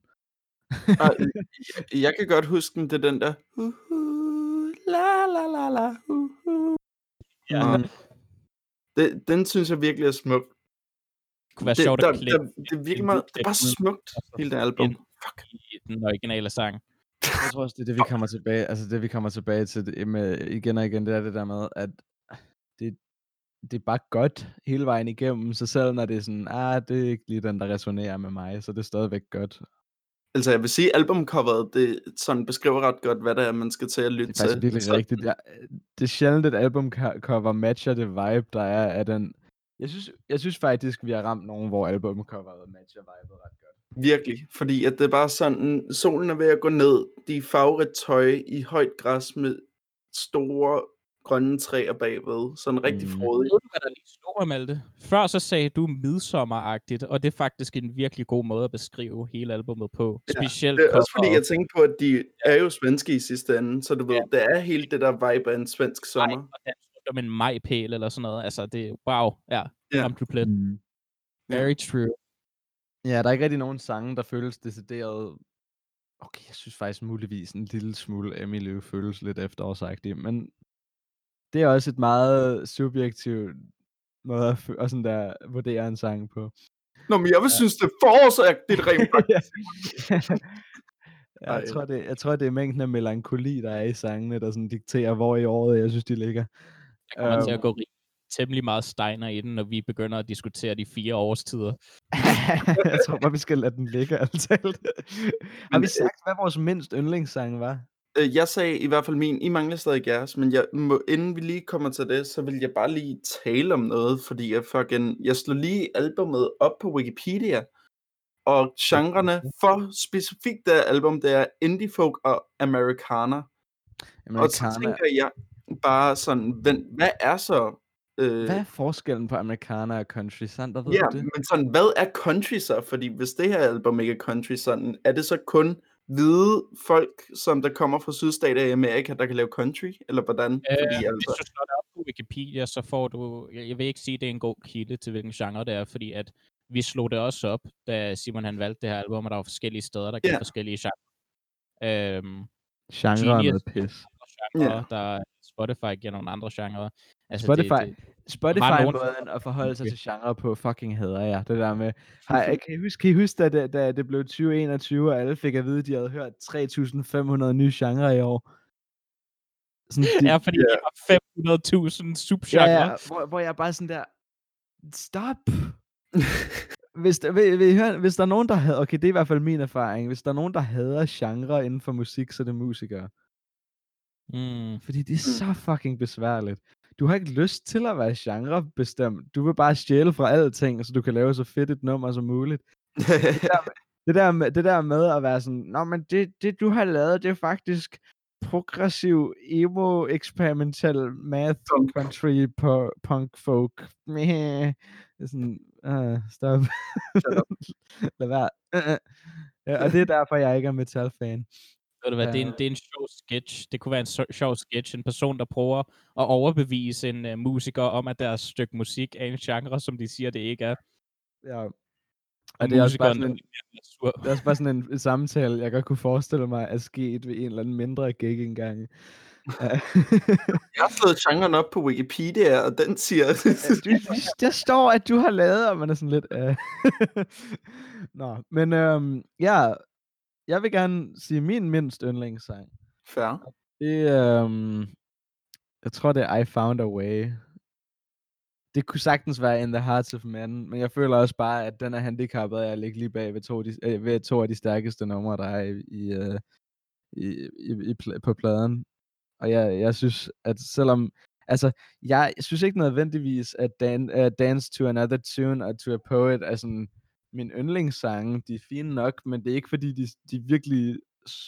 Jeg kan godt huske den, det er den der. La la la la. Ja. Den synes jeg virkelig er smuk. Det kunne være sjovt at klippe. Det er virkelig meget, det er bare så smukt, hele det album. Fuck. I den originale sang. Jeg tror også, det er det, vi kommer tilbage, altså det, vi kommer tilbage til det, med, igen og igen, det er det der med, at det er bare godt hele vejen igennem, så selv når det er sådan, det er ikke lige den, der resonerer med mig, så det er stadigvæk godt. Altså jeg vil sige, albumcoveret, det sådan beskriver ret godt, hvad det er, man skal til at lytte til. Det er faktisk virkelig rigtigt. Det er sjældent, at albumcover matcher det vibe, der er af den. Jeg synes faktisk, vi har ramt nogen, hvor albumcoveret matcher vibet ret godt. Virkelig, fordi at det er bare sådan, solen er ved at gå ned, de er farverigt tøj i højt græs med store grønne træer bagved, sådan rigtig frodigt. Ved du, hvad der lige slog mig, Malte? Før så sagde du midsommeragtigt, og det er faktisk en virkelig god måde at beskrive hele albumet på. Ja, Specielt det er også fordi, jeg tænkte på, at de er jo svenske i sidste ende, så du ved, det er hele det der vibe af en svensk sommer. Og den som en majpæl eller sådan noget. Altså, det er wow. Ja, ramt du plet. Very true. Ja, der er ikke rigtig nogen sange, der føles decideret. Okay, jeg synes faktisk muligvis en lille smule Emily føles lidt efterårsagtigt, men det er også et meget subjektivt måde at sådan der vurdere en sang på. Nå, men jeg vil synes, det er forårsagtigt rent faktisk. Jeg tror, det er mængden af melankoli, der er i sangene, der sådan dikterer, hvor i året jeg synes, de ligger. Jeg kommer til at gå temmelig meget Steiner i den, når vi begynder at diskutere de 4 årstider. Jeg tror bare, vi skal lade den ligge, altid. Har vi sagt, hvad vores mindst yndlingssang var? Jeg sagde i hvert fald min, I mangler stadig jeres, men inden vi lige kommer til det, så vil jeg bare lige tale om noget, fordi jeg slog lige albumet op på Wikipedia, og genrerne for specifikt det album, det er indie folk og Americana. Og så tænker jeg bare sådan, hvad er så... hvad er forskellen på Americana og country? Sander, ved du det? Men sådan, hvad er country så? Fordi hvis det her album ikke er country, sådan, er det så kun hvide folk, som der kommer fra sydstater i Amerika, der kan lave country? Eller hvordan? Fordi, hvis du slår det op på Wikipedia, så får du... Jeg vil ikke sige, at det er en god kilde til, hvilken genre det er, fordi at vi slog det også op, da Simon han valgte det her album, og der var forskellige steder, der gav forskellige genrer. Genre med pis. Der Spotify giver nogle andre genrer. Altså, Spotify-måden at forholde sig til genre på fucking hader jeg. Det der med... Kan I huske, da det blev 2021, og alle fik at vide, at de havde hørt 3.500 nye genrer i år? Sådan, fordi der var 500.000 subgenre. Ja, hvor jeg bare sådan der... Stop! Hvis der er nogen, der hader... Okay, det er i hvert fald min erfaring. Hvis der er nogen, der hader genre inden for musik, så er det musikere. Fordi det er så fucking besværligt. Du har ikke lyst til at være genrebestemt. Du vil bare stjæle fra alting, så du kan lave så fedt et nummer som muligt. Det der med at være sådan, nå, men det du har lavet, det er faktisk progressiv, emo, experimental, math, country, punk, folk. Det er sådan, stop. Lad være. Ja, og det er derfor, jeg ikke er metal-fan. Ved du hvad, det er en sjov sketch. Det kunne være en sjov sketch. En person, der prøver at overbevise en musiker om, at deres stykke musik er en genre, som de siger, det ikke er. Ja. Og det er også bare sådan en samtale, jeg godt kunne forestille mig, er sket ved en eller anden mindre gig engang. Jeg har slået genren op på Wikipedia, og den siger... Der står, at du har lavet, og man er sådan lidt... Nå, men ja, jeg vil gerne sige min mindst yndlingssang. Fair. Det jeg tror, det er I Found a Way. Det kunne sagtens være In the Hearts of Men, men jeg føler også bare, at den er handicappet af at ligge lige bag ved to af de stærkeste numre, der er på pladen. Og jeg synes, at selvom... Altså, jeg synes ikke nødvendigvis, at Dance to Another Tune og To a Poet er sådan min yndlingssange. De er fine nok, men det er ikke fordi, de virkelig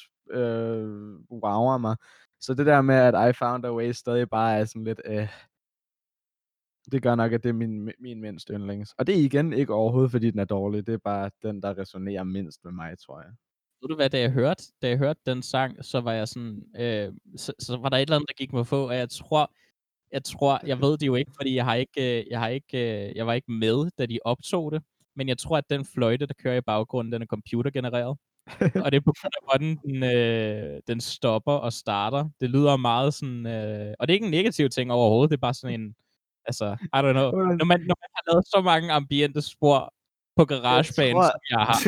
wower mig. Så det der med, at I Found a Way stadig bare er sådan lidt... det gør nok, at det er min mindst yndlings. Og det er igen ikke overhovedet, fordi den er dårlig. Det er bare den, der resonerer mindst med mig, tror jeg. Ved du hvad, da jeg hørte den sang, så var jeg sådan, så var der et eller andet, der gik mig på, og jeg ved det jo ikke, fordi jeg var ikke med, da de optog det, men jeg tror, at den fløjte, der kører i baggrunden, den er computergenereret. Og det er på grund af, hvordan den stopper og starter. Det lyder meget sådan, og det er ikke en negativ ting overhovedet, det er bare sådan en, altså, I don't know. Når man har lavet så mange ambiente spor på GarageBand, som jeg har,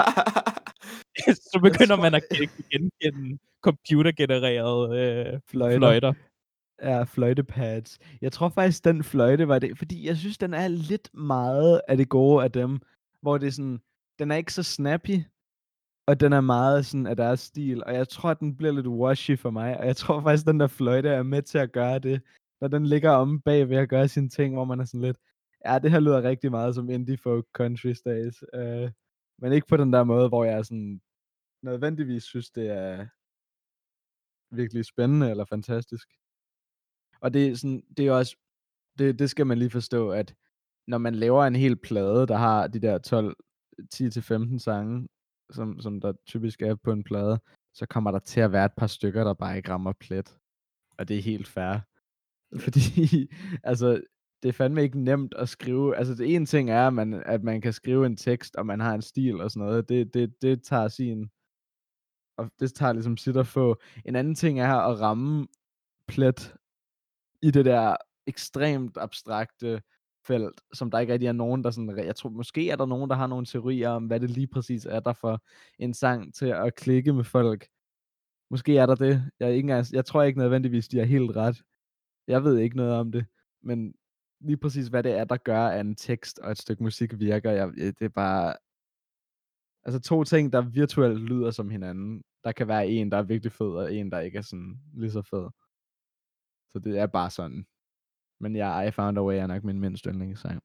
så begynder man at genkende computergenererede fløjter. Ja, fløjtepads. Jeg tror faktisk, den fløjte var det, fordi jeg synes, den er lidt meget af det gode af dem, hvor det er sådan, den er ikke så snappy, og den er meget sådan af deres stil, og jeg tror, at den bliver lidt washy for mig, og jeg tror faktisk, den der fløjte er med til at gøre det, når den ligger omme bag ved at gøre sine ting, hvor man er sådan lidt, ja, det her lyder rigtig meget som indie folk country stays, men ikke på den der måde, hvor jeg sådan nødvendigvis synes, det er virkelig spændende eller fantastisk. Og det er sådan, det er også, det skal man lige forstå, at når man laver en hel plade, der har de der 10-15 sange, som der typisk er på en plade, så kommer der til at være et par stykker, der bare ikke rammer plet. Og det er helt fair. Fordi, altså, det er fandme ikke nemt at skrive. Altså, det ene ting er, at man kan skrive en tekst, og man har en stil og sådan noget. Det tager sin... Og det tager ligesom sit at få. En anden ting er at ramme plet i det der ekstremt abstrakte felt, som der ikke rigtig er nogen, der sådan... Jeg tror, måske er der nogen, der har nogle teorier om, hvad det lige præcis er, der får en sang til at klikke med folk. Måske er der det. Jeg tror ikke nødvendigvis, de er helt ret. Jeg ved ikke noget om det, men lige præcis, hvad det er, der gør, at en tekst og et stykke musik virker, det er bare... Altså to ting, der virtuelt lyder som hinanden. Der kan være en, der er virkelig fed, og en, der ikke er sådan lige så fed. Så det er bare sådan. Men ja, I Found a Way er nok min mindst yndlingssang.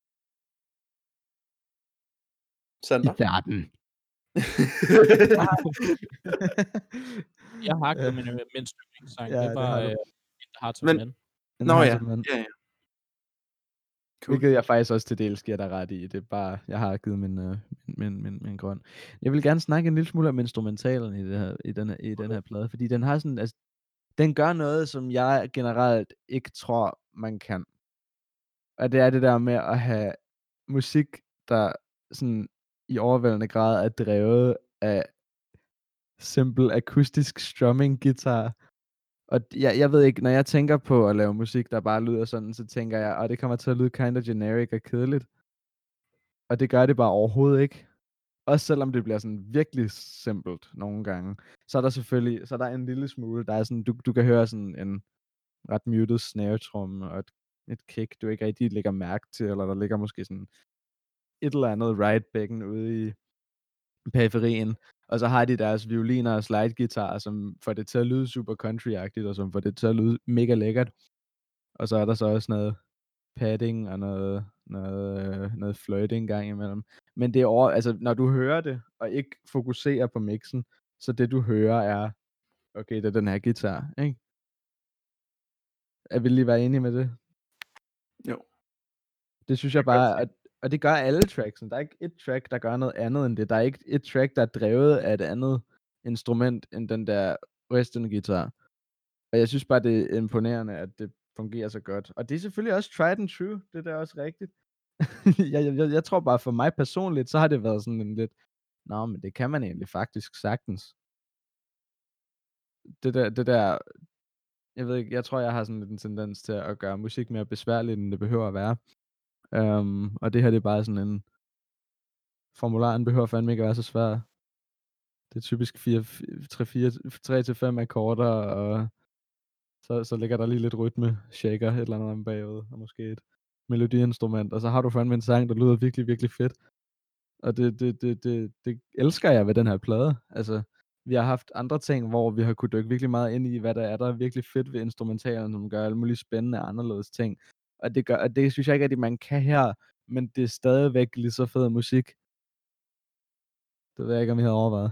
Sander? I verden. Jeg har ikke min mindst yndlingssang. Ja, det var In the Hearts of Men. Nå ja. Hvilket jeg faktisk også til dels giver dig ret i. Det er bare, jeg har givet min grund. Jeg vil gerne snakke en lille smule om instrumentalen i den her plade, fordi den har sådan, altså, den gør noget, som jeg generelt ikke tror, man kan. Og det er det der med at have musik, der sådan i overvældende grad er drevet af simpel akustisk strumming guitar. Og jeg ved ikke, når jeg tænker på at lave musik, der bare lyder sådan, så tænker jeg, det kommer til at lyde kind of generic og kedeligt. Og det gør det bare overhovedet ikke. Også selvom det bliver sådan virkelig simpelt nogle gange. Så er der selvfølgelig, så er der en lille smule, der er sådan, du kan høre sådan en ret muted snare drum og et kick, du ikke rigtig lægger mærke til, eller der ligger måske sådan et eller andet right bækken ude i periferien. Og så har de deres violiner og slide-guitar, som får det til at lyde super country-agtigt, og som får det til at lyde mega lækkert. Og så er der så også noget padding og noget flirting gang imellem. Men det er altså, når du hører det, og ikke fokuserer på mixen, så det du hører er, okay, det er den her guitar, ikke? Jeg vil lige være enig med det. Jo. Det synes jeg bare, og det gør alle tracksen. Der er ikke et track, der gør noget andet end det. Der er ikke et track, der er drevet af et andet instrument end den der western guitar. Og jeg synes bare, det er imponerende, at det fungerer så godt. Og det er selvfølgelig også tried and true. Det er også rigtigt. jeg tror bare, for mig personligt, så har det været sådan en lidt, nå, men det kan man egentlig faktisk sagtens. Det der, jeg ved ikke, jeg tror, jeg har sådan lidt en tendens til at gøre musik mere besværligt, end det behøver at være. Og det her, det er bare sådan en, formularen behøver fandme ikke at være så svær. Det er typisk 3-5 akkorder, og så ligger der lige lidt rytme, shaker et eller andet om bagud, og måske et melodiinstrument, og så har du fandme en sang, der lyder virkelig, virkelig fedt. Og det elsker jeg ved den her plade. Altså, vi har haft andre ting, hvor vi har kunne dykke virkelig meget ind i, hvad der er virkelig fedt ved instrumentalen, som gør alle mulige spændende anderledes ting. Og det synes jeg ikke, at man kan her, men det er stadigvæk lige så fed musik. Det ved jeg ikke, om I havde overvejet.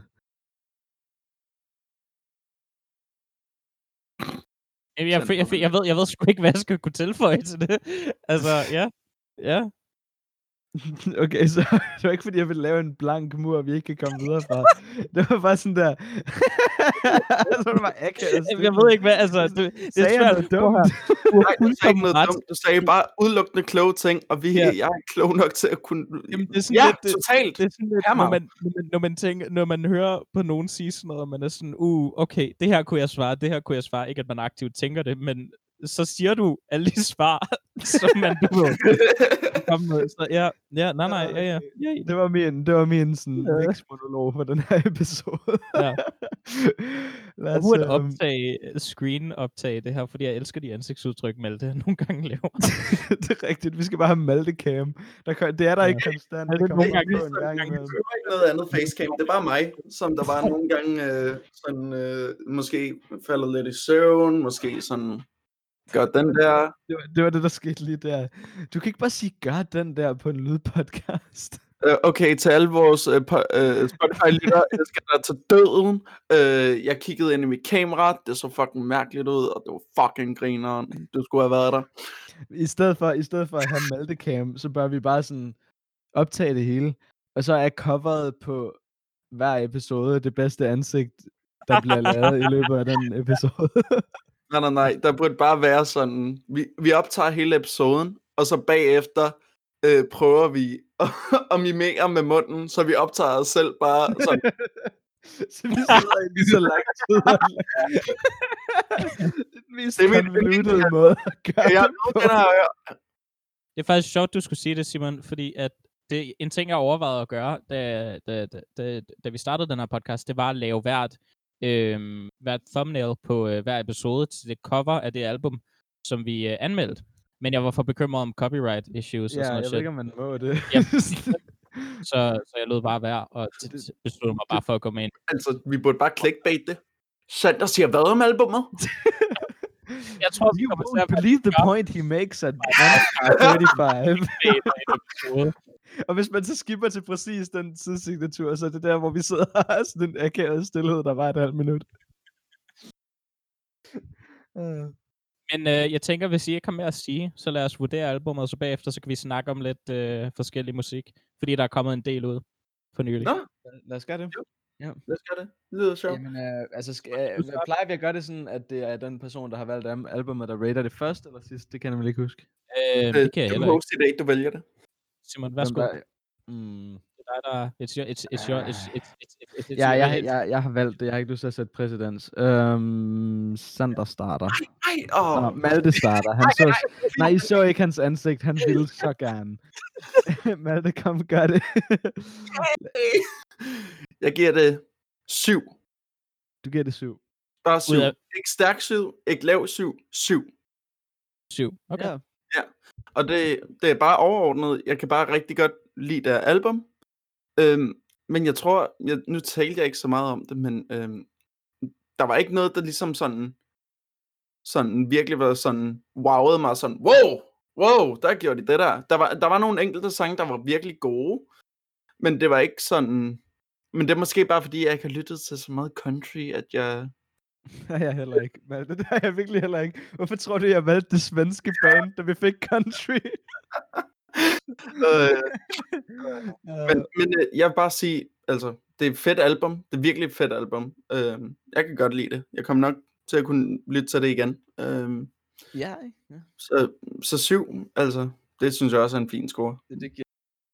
Jeg ved sgu ikke, hvad jeg skal kunne tilføje til det. Altså, ja. Okay, så det var ikke, fordi jeg ville lave en blank mur, vi ikke kan komme videre fra. Det var bare sådan der. Så var det bare akavet. Jeg ved ikke, hvad, altså, det er svært. Dumt. Nej, du sagde ikke noget dumt. Du sagde bare udelukkende kloge ting, og jeg er ikke klog nok til at kunne... Jamen, det er sådan lidt, totalt. Det er sådan lidt, når man hører på nogen sige sådan noget, og man er sådan, okay, det her kunne jeg svare. Ikke, at man aktivt tænker det, men så siger du alle de svar, som man du komme med. Så ja. Det var min sådan mix-monolog for den her episode. Ja. Jeg burde screen-optage det her, fordi jeg elsker de ansigtsudtryk, Malte nogle gange laver. Det er rigtigt. Vi skal bare have Malte-cam. Det er der ikke konstant. Det kommer på en gang imellem. Det er ikke noget andet facecam. Det er bare mig, som der bare nogle gange måske falder lidt i søvn, måske sådan... Gør den der. Det var det, der skete lige der. Du kan ikke bare sige, gør den der på en lydpodcast. Okay, til alle vores Spotify-lyttere, jeg skal der til døden. Jeg kiggede ind i mit kamera, det så fucking mærkeligt ud, og det var fucking grineren. Du skulle have været der. I stedet for at have Malte-cam, så bør vi bare sådan optage det hele. Og så er coveret på hver episode det bedste ansigt, der bliver lavet i løbet af den episode. Nej. Der burde bare være sådan, vi optager hele episoden, og så bagefter prøver vi at mimere med munden, så vi optager os selv bare sådan. Så vi sidder i lige så lang tid. Det er den mest konvolutede måde at gøre det på. Det er faktisk sjovt, du skulle sige det, Simon, fordi at det en ting, jeg overvejede at gøre, da vi startede den her podcast, det var at lave hvert thumbnail på hver episode til det cover af det album, som vi anmeldte. Men jeg var for bekymret om copyright issues og sådan noget. Jeg ved ikke, om man må det. Ja, så jeg lød bare være, og besluttede mig bare for at gå med ind. Altså, vi burde bare clickbait det. Sander siger hvad om albumet? Jeg tror, you won't believe the point he makes at 35. Og hvis man så skipper til præcis den tidssignatur, så er det der, hvor vi sidder og har sådan en akavet stillhed, der var et halvt minut. Men jeg tænker, hvis I ikke har mere at sige, så lad os vurdere albumet, og så bagefter så kan vi snakke om lidt forskellig musik. Fordi der er kommet en del ud for nylig. Nå, lad os gøre det. Ja, lad os gøre det. Det lyder sjovt. Jamen, plejer vi at gøre det sådan, at det er den person, der har valgt albumet, der rater det først eller sidst? Det kan jeg nemlig ikke huske. Det kan jeg heller ikke. Det er ikke, du vælger det. Simon, værsgo. Det er dig, der... Jeg har valgt det. Jeg har ikke lyst til at sætte præcedens. Sander starter. Malte starter. Nej, I så ikke hans ansigt. Han ville så gerne. Malte, kom, gør det. Jeg giver det 7. Du giver det 7. Bare 7. Ikke stærk 7, ikke lav 7. 7. 7, okay. Ja. Og det er bare overordnet. Jeg kan bare rigtig godt lide det album. Men jeg tror, nu talte jeg ikke så meget om det, men der var ikke noget, der ligesom sådan virkelig var sådan, wowede mig sådan, wow, der gjorde de det der. Der var nogle enkelte sange, der var virkelig gode, men det var ikke sådan, men det er måske bare fordi, jeg ikke har lyttet til så meget country, at jeg... Det har jeg heller ikke, Malte. Det har jeg virkelig heller ikke. Hvorfor tror du, jeg valgte det svenske band, da vi fik country? Men jeg vil bare sige, altså, det er et fedt album. Det er virkelig et fedt album. Jeg kan godt lide det. Jeg kommer nok til at kunne lytte til det igen. Ja. Så 7, altså, det synes jeg også er en fin score. Det giver...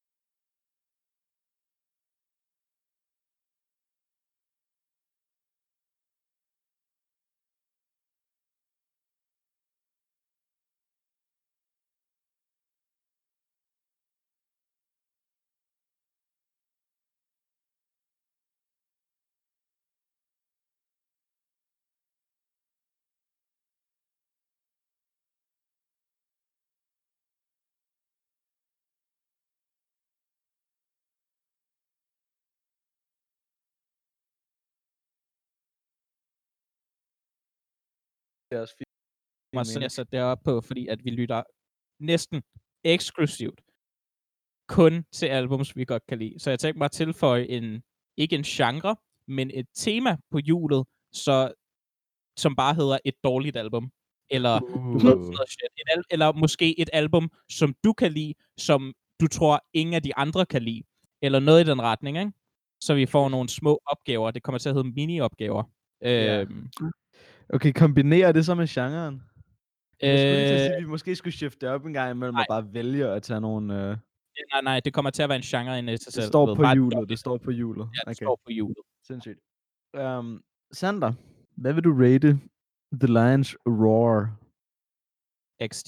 Det er også fint. Mig selv, jeg satte det op på, fordi at vi lytter næsten eksklusivt kun til albums, vi godt kan lide. Så jeg tænkte mig at tilføje ikke en genre, men et tema på hjulet, som bare hedder et dårligt album. Eller, du ved, sådan noget shit. Eller måske et album, som du kan lide, som du tror, ingen af de andre kan lide. Eller noget i den retning, ikke? Så vi får nogle små opgaver. Det kommer til at hedde mini-opgaver. Okay, kombinerer det så med genren? Jeg skulle lige til at sige, at vi måske skulle skifte op en gang imellem og bare vælge at tage nogle... Nej, det kommer til at være en genre inde i sig selv. Det står på hjulet, det står på hjulet. Ja, det står på hjulet. Sindssygt. Sander, hvad vil du rate The Lion's Roar? XD.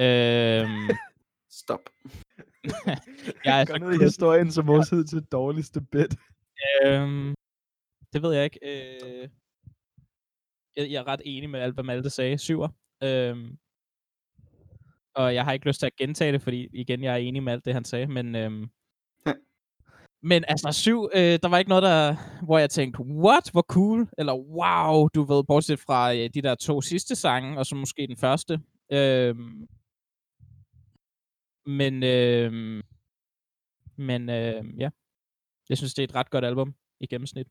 Stop. Jeg er så ned i historien som vores hed til dårligste bit. Det ved jeg ikke. Jeg er ret enig med alt, hvad Malte sagde. 7'er. Og jeg har ikke lyst til at gentage det, fordi igen, jeg er enig med alt det, han sagde. Men altså 7, der var ikke noget, hvor jeg tænkte, what, hvor cool, eller wow, du ved, bortset fra de der 2 sidste sange, og så måske den første. Ja, jeg synes, det er et ret godt album i gennemsnit.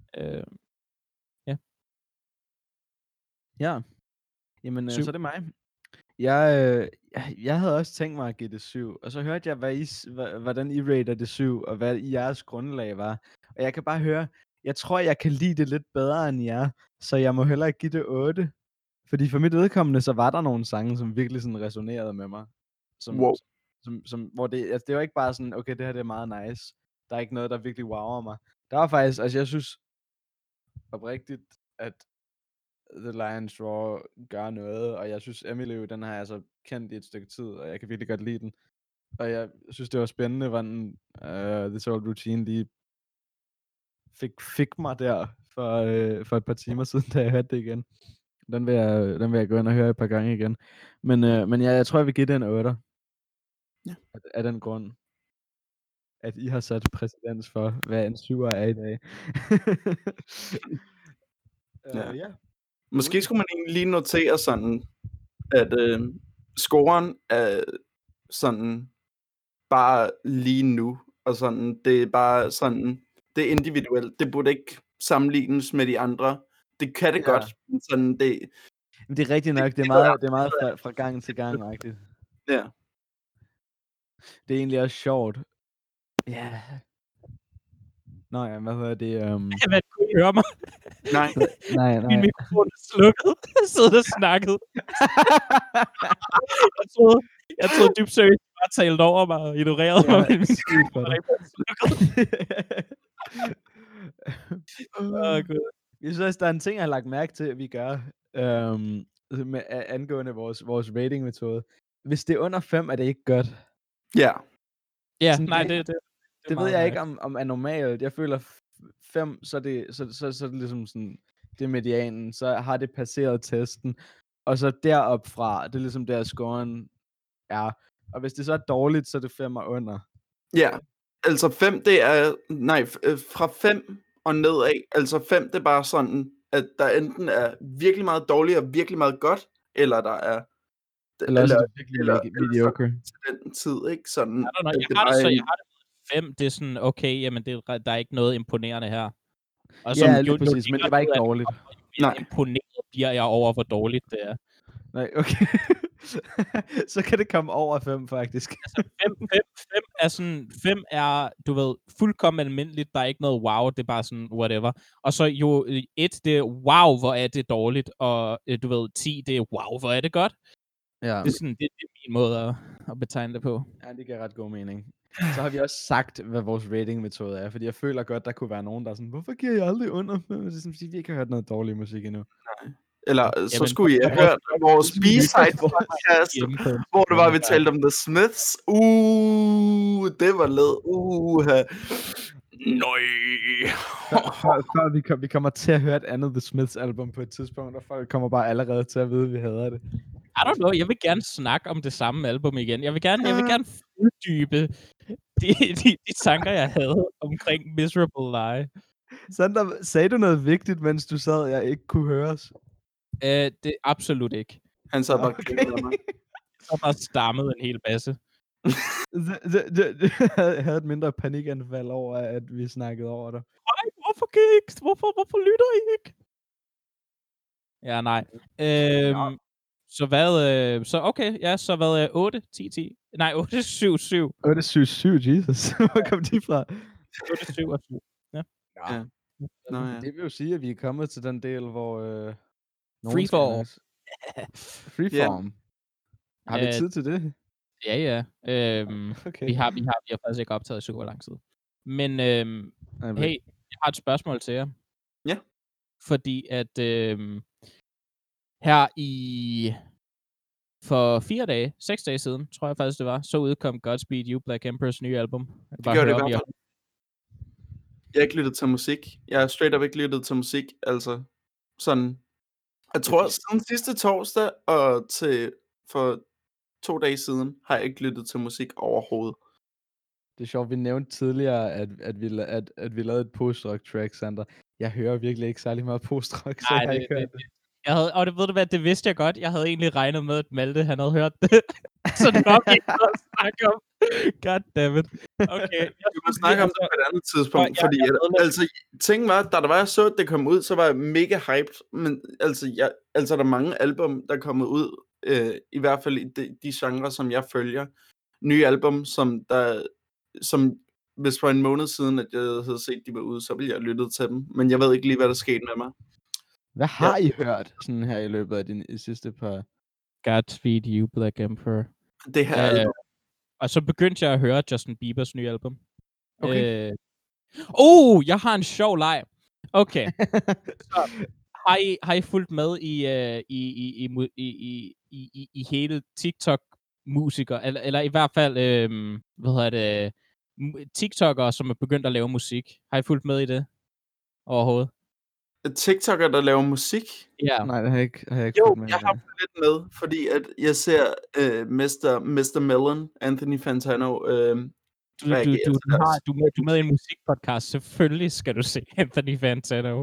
Ja, jamen 7. så er det mig. Jeg havde også tænkt mig at give det 7, og så hørte jeg, hvordan I rater det 7, og hvad jeres grundlag var. Og jeg kan bare høre, jeg tror, jeg kan lide det lidt bedre end jer, så jeg må hellere give det 8. Fordi for mit vedkommende, så var der nogle sange, som virkelig sådan resonerede med mig. Hvor det var ikke bare sådan, okay, det her det er meget nice. Der er ikke noget, der virkelig wower mig. Der var faktisk, altså jeg synes oprigtigt, at The Lion's Roar gør noget, og jeg synes, Emily, den har jeg altså kendt i et stykke tid, og jeg kan virkelig godt lide den. Og jeg synes, det var spændende, hvordan This Old Routine lige fik mig der for et par timer siden, da jeg hørte det igen. Den vil jeg gå ind og høre et par gange igen. Men jeg tror, jeg vil give den 8. Ja. Af den grund, at I har sat præcedens for, hvad en 7'er er i dag. Ja. Måske skulle man egentlig lige notere sådan, at scoren er sådan bare lige nu, og sådan, det er bare sådan, det er individuelt. Det burde ikke sammenlignes med de andre. Det kan det godt, men sådan det... Det er rigtigt nok, det er meget fra gang til gang-agtigt. Ja. Det er egentlig også sjovt. Ja. Nå ja, hvad hedder det? Hvad, kunne I høre mig? Nej. Min mikrofon er slukket. Jeg sidder og snakkede. jeg troede dybt seriøst, at bare talte over mig og ignorerede mig. Min mikrofon er slukket. Jeg synes også, der er en ting, jeg har lagt mærke til, at vi gør, med angående vores ratingmetode. Hvis det er under 5, er det ikke godt. Ja. Ja, sådan, nej, det ved jeg ikke, om er normalt. Jeg føler 5, så er det ligesom sådan, det er medianen, så har det passeret testen, og så derop fra, det er ligesom der scoren er. Og hvis det så er dårligt, så er det 5 under. Ja, Altså 5, det er... Nej, fra 5 og nedad. Altså 5, det er bare sådan, at der enten er virkelig meget dårligt og virkelig meget godt, eller der er... Eller også er det virkelig mediocre. Til den tid, ikke? Sådan, Jeg har det 5, det er sådan, okay, jamen der er ikke noget imponerende her. Og ja, lige præcis, men det var ikke dårligt. Nej. Imponeret bliver jeg over, hvor dårligt det er. Nej, okay. Så kan det komme over 5, faktisk. Altså 5 er sådan, 5 er, du ved, fuldkommen almindeligt, der er ikke noget wow, det er bare sådan, whatever. Og så jo 1, det er wow, hvor er det dårligt, og du ved, 10, det er wow, hvor er det godt. Ja. Det er sådan, det er min måde at betegne det på. Ja, det giver ret god mening. Så har vi også sagt, hvad vores rating-metode er, fordi jeg føler godt, der kunne være nogen, der er sådan, hvorfor giver I aldrig under 5? Det er sådan, fordi vi ikke har hørt noget dårlig musik endnu. Nej. Eller så skulle I have hørt vores B-side podcast, hvor det var, vi talte om The Smiths. Det var led. Nøj. Før vi kommer til at høre et andet The Smiths album på et tidspunkt, og folk kommer bare allerede til at vide, at vi hader det. I don't know, jeg vil gerne snakke om det samme album igen. Jeg vil gerne uddybe de tanker, jeg havde omkring Miserable Lie. Sander, sagde du noget vigtigt, mens du sad, og jeg ikke kunne høre os? Det absolut ikke. Han sad bare Så bare stammet en hel basse. Jeg havde et mindre panikanfald over, at vi snakkede over det. Nej, hvorfor lytter I ikke? Ja, nej. Så hvad, så hvad er 8, 10, 10? Nej, 8, 7, 7. 8, 7, 7, Jesus. Hvor kom de fra? 8, 7 og 7. Ja. Ja. Det vil jo sige, at vi er kommet til den del, hvor... Freeform. Freeform. Yeah. Har vi tid til det? Ja. Okay. Vi har faktisk ikke optaget i super lang tid. Men hey, jeg har et spørgsmål til jer. Ja. Fordi at her for 4 dage, 6 dage siden, tror jeg faktisk det var, så udkom Godspeed You, Black Emperors nye album. Det gør det i hvert fald. Jeg har ikke lyttet til musik. Jeg har straight up ikke lyttet til musik. Altså, sådan... Jeg tror, siden sidste torsdag og til for 2 dage siden, har jeg ikke lyttet til musik overhovedet. Det er sjovt, vi nævnte tidligere, at vi lavede et post-rock track, Sander. Jeg hører virkelig ikke særlig meget post-rock, så jeg har ikke hørt det. Det ved du hvad, det vidste jeg godt. Jeg havde egentlig regnet med, at Malte, han havde hørt det. Så det var ikke noget at snakke om. Goddammit. Okay. Vi må snakke om det på et andet tidspunkt, fordi ting var, da jeg så, at det kom ud, så var jeg mega hyped, men der er mange album, der er kommet ud, i hvert fald i de genrer, som jeg følger. Nye album, som hvis for en måned siden, at jeg havde set, de var ude, så ville jeg lytte til dem, men jeg ved ikke lige, hvad der skete med mig. Hvad har I hørt sådan her i løbet af de sidste par... Godspeed You, Black Emperor. Det her album. Og så begyndte jeg at høre Justin Biebers nye album. Okay. Jeg har en sjov leg. Okay. Så, har I fulgt med i hele TikTok-musiker, eller i hvert fald, TikTokere, som er begyndt at lave musik. Har I fulgt med i det overhovedet? TikToker, der laver musik? Ja. Nej, det har jeg ikke jo, fulgt med. Jeg har lidt med, fordi at jeg ser Mr. Mellon, Anthony Fantano. Du er med i en musikpodcast. Selvfølgelig skal du se Anthony Fantano.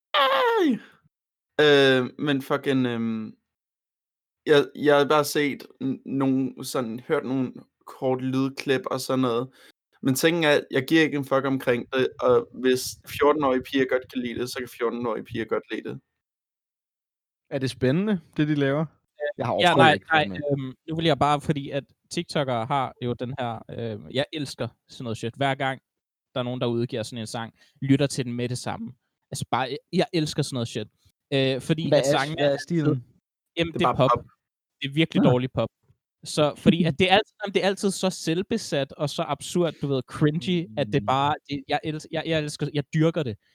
Men fucking... jeg har bare set hørt nogle kort lydklip og sådan noget. Men tingen er, at jeg giver ikke en fuck omkring det, og hvis 14-årige piger godt kan lide det, så kan 14-årige piger godt lide det. Er det spændende, det de laver? Jeg har nu vil jeg bare, fordi at TikTokere har jo den her, jeg elsker sådan noget shit. Hver gang der er nogen, der udgiver sådan en sang, lytter til den med det samme. Altså bare, jeg elsker sådan noget shit. Fordi hvad at sangen er stilen? Jamen, det er pop. Det er virkelig dårlig pop. Så fordi at det er altid så selvbesat og så absurd, du ved, cringy, at det bare, jeg dyrker det.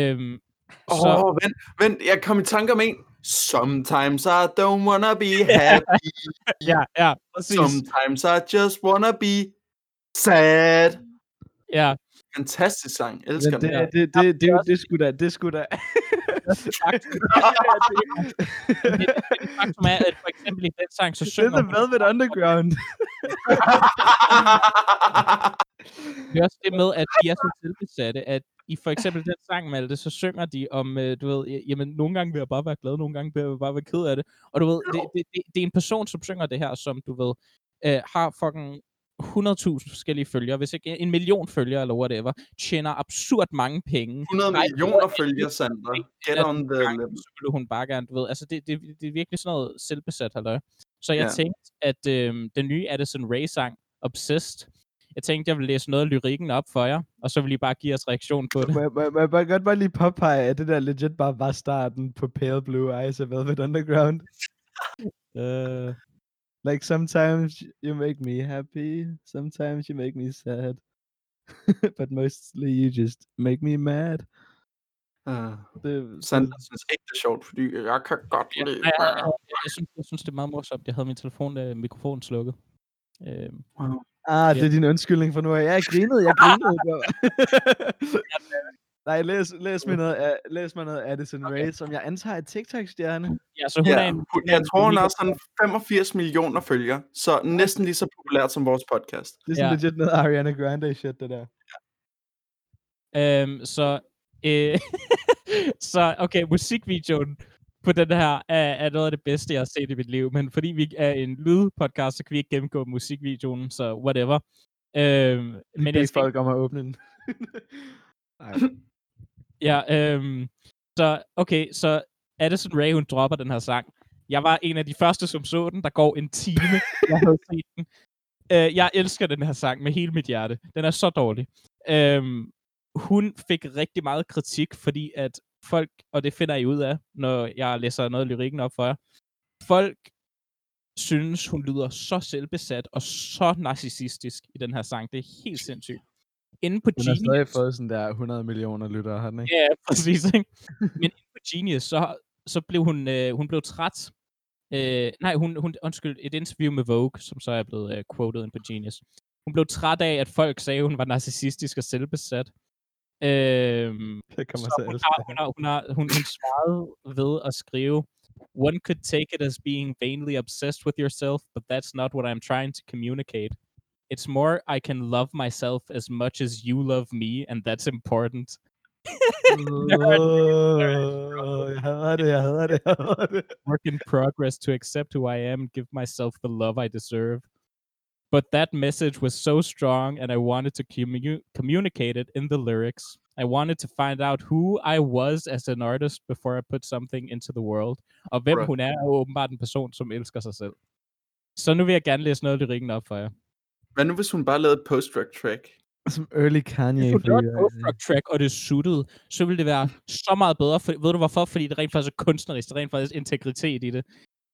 Vent, jeg kom i tanker om en. Sometimes I don't wanna be happy. ja, præcis. Sometimes I just wanna be sad. Ja. Fantastisk sang, elsker den. Det skulle da. Faktum er, at for eksempel i den sang, så synger det er Velvet Underground. Det er også det med, at de er så selvbesatte, at i for eksempel den sang, Malte, så synger de om, du ved, jamen, nogle gange vil jeg bare være glad, nogle gange vil jeg bare være ked af det. Og du ved, det er en person, som synger det her, som du ved, har fucking 100.000 forskellige følgere, hvis ikke 1 million følgere, eller whatever, tjener absurd mange penge. 100 millioner følgere, Sandra. Get on the level. Så ville hun bare gerne, du ved, altså det er virkelig sådan noget selvbesat, halløj. Så jeg tænkte, at den nye Addison Rae-sang, Obsessed, jeg tænkte, jeg ville læse noget af lyrikken op for jer, og så ville I bare give os reaktion på det. Må jeg godt bare lige påpege, at det der legit bare var starten på Pale Blue Eyes af Velvet Underground. Like, sometimes you make me happy, sometimes you make me sad, but mostly you just make me mad. Sandra synes ikke, det er sjovt, fordi jeg kan godt lide. Jeg synes, det er meget morsomt. Jeg havde min mikrofon slukket. Wow. Det er din undskyldning for nu af. Jeg grinede. Nej, læs mig noget af Addison Rae, som jeg antager er TikTok-stjerne. Ja, så hun er en... Jeg tror, hun har sådan 85 millioner følgere, så næsten lige så populært som vores podcast. Det er sådan legit noget Ariana Grande shit, det der. Så okay, musikvideoen på den her er noget af det bedste, jeg har set i mit liv, men fordi vi er en lydpodcast, så kan vi ikke gennemgå musikvideoen, så whatever. Men jeg folk om at åbne den. Så Addison Rae, hun dropper den her sang. Jeg var en af de første, som så den. Der går en time, jeg havde set den. Jeg elsker den her sang med hele mit hjerte. Den er så dårlig. Hun fik rigtig meget kritik, fordi at folk, og det finder I ud af, når jeg læser noget af lyrikken op for jer, folk synes, hun lyder så selvbesat og så narcissistisk i den her sang. Det er helt sindssygt. Inde på Genius... Hun har stadig fået sådan der 100 millioner lyttere, har den ikke? Ja, præcis, ikke? Men inde på Genius, så blev hun blev træt. Undskyld, et interview med Vogue, som så er blevet quoted inde på Genius. Hun blev træt af, at folk sagde, at hun var narcissistisk og selvbesat. Det kommer så hun svarede ved at skrive, "One could take it as being vainly obsessed with yourself, but that's not what I'm trying to communicate. It's more I can love myself as much as you love me, and that's important." Jeg hader det. Work in progress to accept who I am and give myself the love I deserve. But that message was so strong, and I wanted to communicate it in the lyrics. I wanted to find out who I was as an artist before I put something into the world. Og hvem hun er åbenbart en person, som elsker sig selv. Så nu vil jeg gerne læse noget af lyrikken op for jer. Hvad nu, hvis hun bare lavede et post-rock track? Som early Kanye. Hvis hun lavede et post-rock track, og det suttede, så ville det være så meget bedre. Ved du hvorfor? Fordi det rent faktisk er kunstnerisk. Det er rent faktisk integritet i det.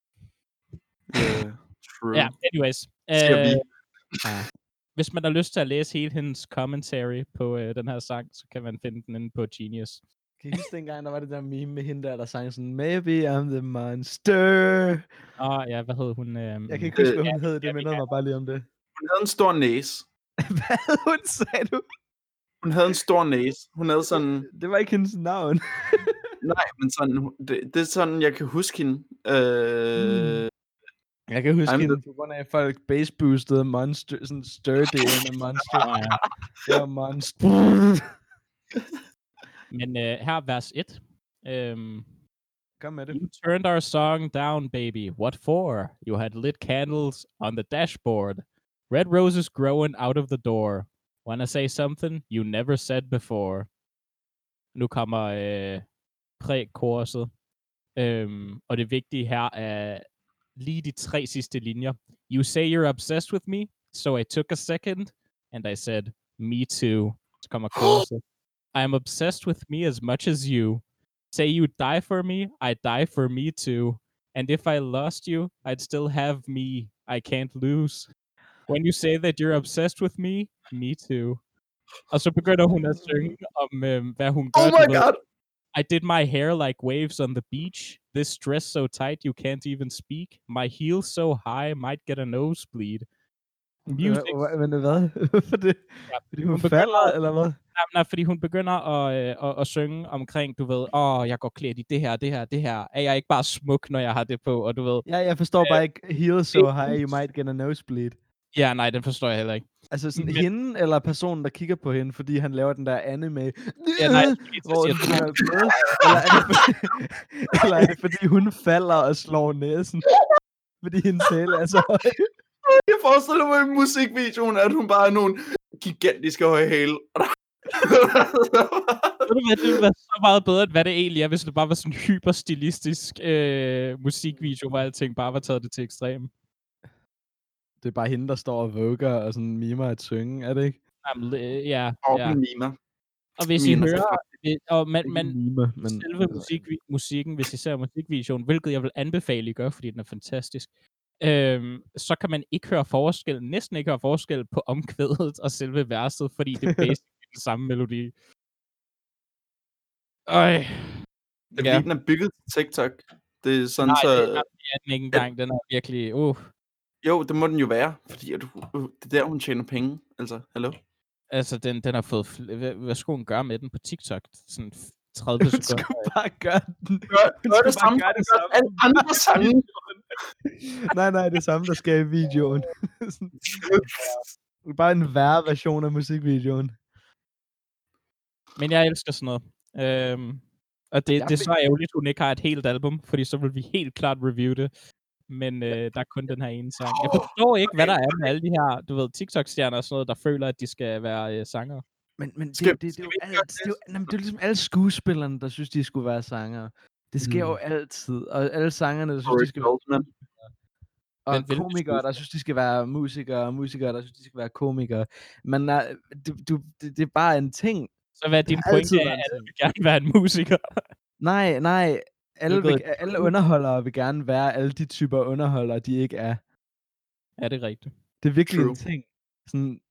True. Ja, anyways. Hvis man har lyst til at læse hele hendes commentary på den her sang, så kan man finde den inde på Genius. Kan I huske dengang, der var det der meme med hende der sang sådan, "Maybe I'm the monster." Ja, hvad hed hun? Jeg kan ikke huske, hvad hun hed. Det mindede mig bare lige om det. Hun havde en stor næse. Hvad havde hun, sagde du? Hun havde en stor næse. Hun havde sådan... Det var ikke hendes navn. Nej, men sådan, det er sådan, jeg kan huske hende. Jeg kan huske hende på grund af, at folk bassboostede Monster, sådan stir-delen af Monster. Det var Monster. Men her vers 1. Kom med det. You turned our song down, baby. What for? You had lit candles on the dashboard. Red roses growing out of the door. Wanna say something you never said before. Nu kommer præ-korset. Og det vigtige her er lige de 3 sidste linjer. You say you're obsessed with me, so I took a second, and I said, me too. Så kommer korset. I am obsessed with me as much as you. Say you die for me, I die for me too. And if I lost you, I'd still have me. I can't lose. When you say that you're obsessed with me, me too. Og så begynder hun at synge om, hvad hun gør. Oh my god! I did my hair like waves on the beach. This dress so tight you can't even speak. My heels so high might get a nosebleed. Music. Men hvad? Fordi hun falder, eller hvad? Nej, fordi hun begynder at synge omkring, du ved, jeg går klædt i det her. Er jeg ikke bare smuk, når jeg har det på, og du ved. Ja, jeg forstår bare ikke, heels so high you might get a nosebleed. Ja, nej, den forstår jeg heller ikke. Altså sådan Men hende, eller personen, der kigger på hende, fordi han laver den der anime, ja, nej, jeg skulle lige til at hvor sige, den synger med, eller er det fordi hun falder og slår næsen, fordi hendes hæle er så høj? Jeg forestiller mig i musikvideoen, at hun bare er nogle gigantiske høje hæle. Ved du hvad, det ville være så meget bedre, end hvad det egentlig er, hvis det bare var sådan en hyperstilistisk musikvideo, hvor alting bare var taget det til ekstrem. Det er bare hende, der står og vugger og sådan mimer at synge, er det ikke? Jamen, ja. Mimer. Og hvis I Mimer hører, og Ikke man mime, men selve musikken, hvis I ser musikvideoen, hvilket jeg vil anbefale, I gør, fordi den er fantastisk, så kan man ikke høre forskel, næsten ikke høre forskel på omkvædet og selve verset, fordi det er basically den samme melodi. Det er fordi, den er bygget til TikTok. Det er sådan, nej, så... det er den ikke engang. Den er virkelig... Jo, det må den jo være, fordi det er der, hun tjener penge. Altså, hallo? Altså, den har fået... Hvad skulle hun gøre med den på TikTok? Sådan 30 sekunder. Hun skulle bare gøre den. Gør det samme, gøre det samme. Alle andre sange. nej, det samme, der skal i videoen. Bare en værre version af musikvideoen. Men jeg elsker sådan noget. Og det er så ærgerligt, hun ikke har et helt album, fordi så vil vi helt klart review det. Men der er kun den her ene sang. Jeg forstår ikke, hvad der er med alle de her, du ved, TikTok-stjerner og sådan noget, der føler, at de skal være sangere. Men det er jo ligesom alle skuespillerne, der synes, de skulle være sangere. Det sker jo altid. Og alle sangerne, der synes, de skal være og komikere, der synes, de skal være musikere, og musikere, der synes, de skal være komikere. Men det er bare en ting. Så hvad er din pointe af, at alle vil gerne være en musiker? Nej. Alle underholdere vil gerne være alle de typer underholdere, de ikke er. Ja, det er rigtigt. Det er virkelig en ting. Sådan,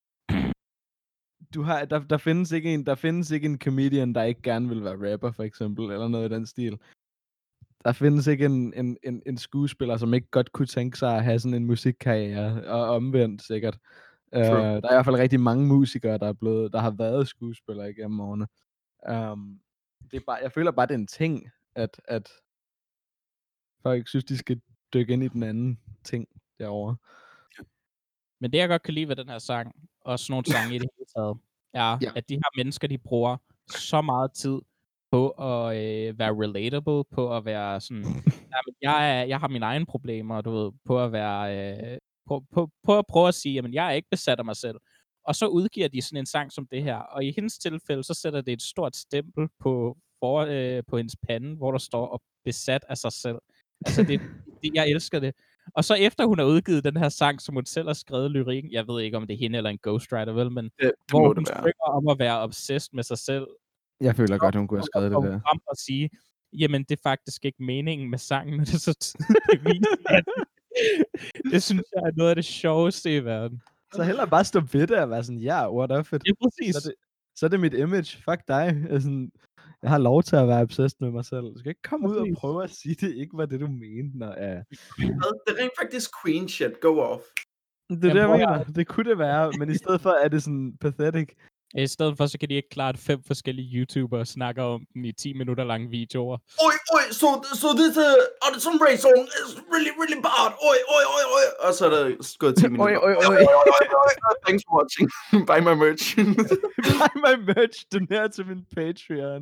der findes ikke en comedian, der ikke gerne vil være rapper, for eksempel, eller noget i den stil. Der findes ikke en skuespiller, som ikke godt kunne tænke sig at have sådan en musikkarriere, og omvendt sikkert. Der er i hvert fald rigtig mange musikere, der har været skuespillere igennem årene. Det er bare, jeg føler bare, det er en ting, at folk synes, de skal dykke ind i den anden ting derovre. Men det, jeg godt kan lide ved den her sang, og sådan nogle sange i det hele taget, er, at de her mennesker, de bruger så meget tid på at være relatable, på at være sådan, jeg har mine egne problemer, du ved, på at være, på at prøve at sige, jamen, jeg er ikke besat af mig selv. Og så udgiver de sådan en sang som det her, og i hendes tilfælde, så sætter det et stort stempel på hendes pande, hvor der står og besat af sig selv. Altså, jeg elsker det. Og så efter hun har udgivet den her sang, som hun selv har skrevet lyrikken, jeg ved ikke, om det er hende eller en ghostwriter, vel, men hvor hun synger om at være obsessed med sig selv. Jeg føler godt, hun kunne have skrevet det der. Frem og sige, jamen, det er faktisk ikke meningen med sangen, og det er så tydeligt vist. Det synes jeg er noget af det sjoveste i verden. Så hellere bare stå ved det og være sådan, what if it? Ja, præcis. Så er det mit image. Fuck dig. Jeg har lov til at være obsessed med mig selv. Du skal ikke komme ud og prøve at sige, det ikke var det, du mente. Det er rent faktisk queen shit. Go off. Det er det, jeg mener. Det kunne det være, men i stedet for er det sådan pathetic. I stedet for, så kan de ikke klare 5 forskellige YouTubere snakker om den i 10 minutter lange videoer. So this audition race song is really, really bad. Og så er der gået 10 minutter. Thanks for watching. Buy my merch. Buy my merch. Doner til min Patreon.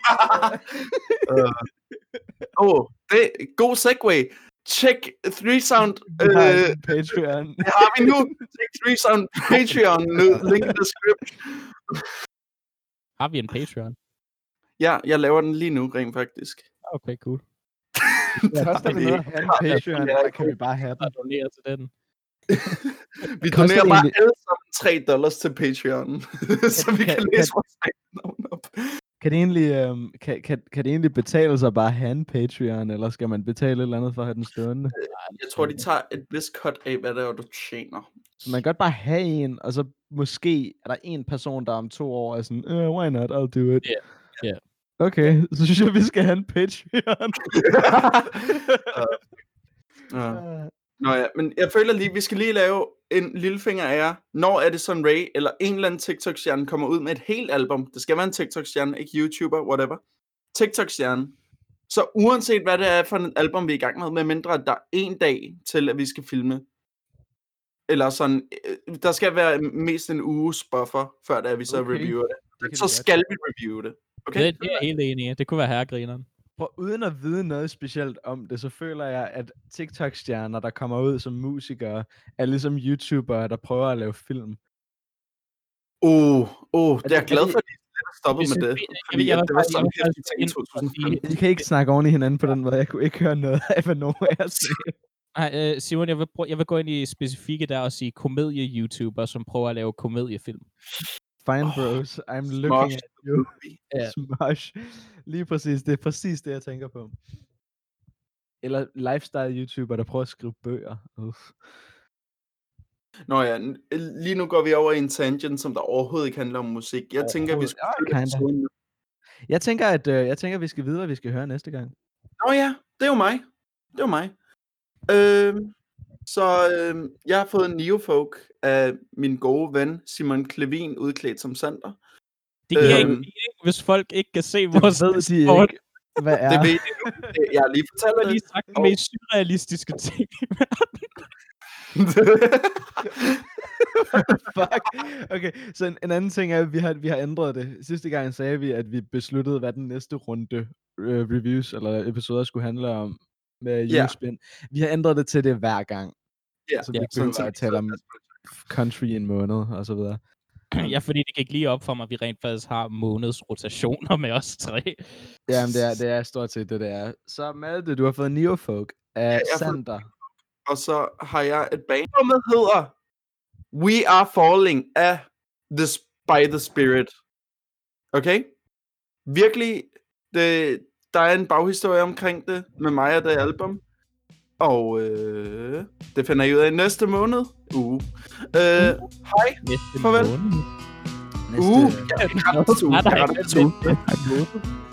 Det god segue. Check 3Sound Patreon. Det har vi nu. Check 3Sound Patreon. Link in the script. Har vi en Patreon? Ja, jeg laver den lige nu, rent faktisk. Okay, cool. Først er vi nødt til at have en Patreon, der kan vi bare have den. Og donere til den. Vi donerer bare alle sammen $3 til Patreon, så vi kan læse vores navn op. Kan det egentlig betale sig bare at have en Patreon, eller skal man betale et eller andet for at have den stående? Jeg tror, de tager et vist cut af, hvad det er, du tjener. Så man kan godt bare have en, og så måske er der en person, der om 2 år er sådan, why not, I'll do it. Yeah. Okay, så synes jeg, vi skal have en Patreon. Nå ja, men jeg føler lige, vi skal lige lave en lillefinger af jer. Når er det sådan Ray eller en eller anden TikTok-stjerne kommer ud med et helt album. Det skal være en TikTok-stjerne, ikke YouTuber, whatever. TikTok-stjerne. Så uanset hvad det er for et album, vi er i gang med mindre der er 1 dag til, at vi skal filme Eller sådan, der skal være mest en uges buffer, før da vi så reviewer det. Så skal vi review det. Okay? Det er jeg helt enig i. Det kunne være herregrineren. Uden at vide noget specielt om det, så føler jeg, at TikTok-stjerner, der kommer ud som musikere, er ligesom YouTubere, der prøver at lave film. Det er jeg glad for, at de er stoppet med det. Fordi det var sådan en hæftig ting i 2015. I kan ikke snakke oven i hinanden på den måde. Jeg kunne ikke høre noget af, hvad nogen af jer sagde. Nej, Simon, jeg vil gå ind i specifikke der og sige komedie-YouTuber, som prøver at lave komediefilm. Fine bros, I'm looking at you. Ja. Smosh. Lige præcis, det er præcis det, jeg tænker på. Eller lifestyle-YouTuber, der prøver at skrive bøger. Nå ja, lige nu går vi over i en tangent, som der overhovedet ikke handler om musik. Jeg tænker, vi skal Jeg tænker, at vi skal videre, hvad vi skal høre næste gang. Nå ja, det er jo mig. Jeg har fået en Neofolk af min gode ven Simon Klevin, udklædt som Sander. Det giver ikke mening, hvis folk ikke kan se vores Discord. Hvad er? Det ved jeg nu. Jeg har lige fortalt det. Jeg har lige sagt den mest surrealistiske ting i verden. Fuck. Okay, så en anden ting er, at vi har ændret det. Sidste gang sagde vi, at vi besluttede, hvad den næste runde reviews eller episoder skulle handle om med julespin. Vi har ændret det til det hver gang. Så vi ikke bare tale om country i en måned og så videre. Ja, fordi det gik lige op for mig, at vi rent faktisk har måneds rotationer med os tre. Jamen, det er stort set det, det er. Så Malte, du har fået Neofolk af Sander. Og så har jeg et band, der hedder We Are Falling af By The Spirit. Okay? Virkelig, der er en baghistorie omkring det med mig og det album. Og det finder I ud af næste måned. Hej. Næste farvel. måned. Jeg er ret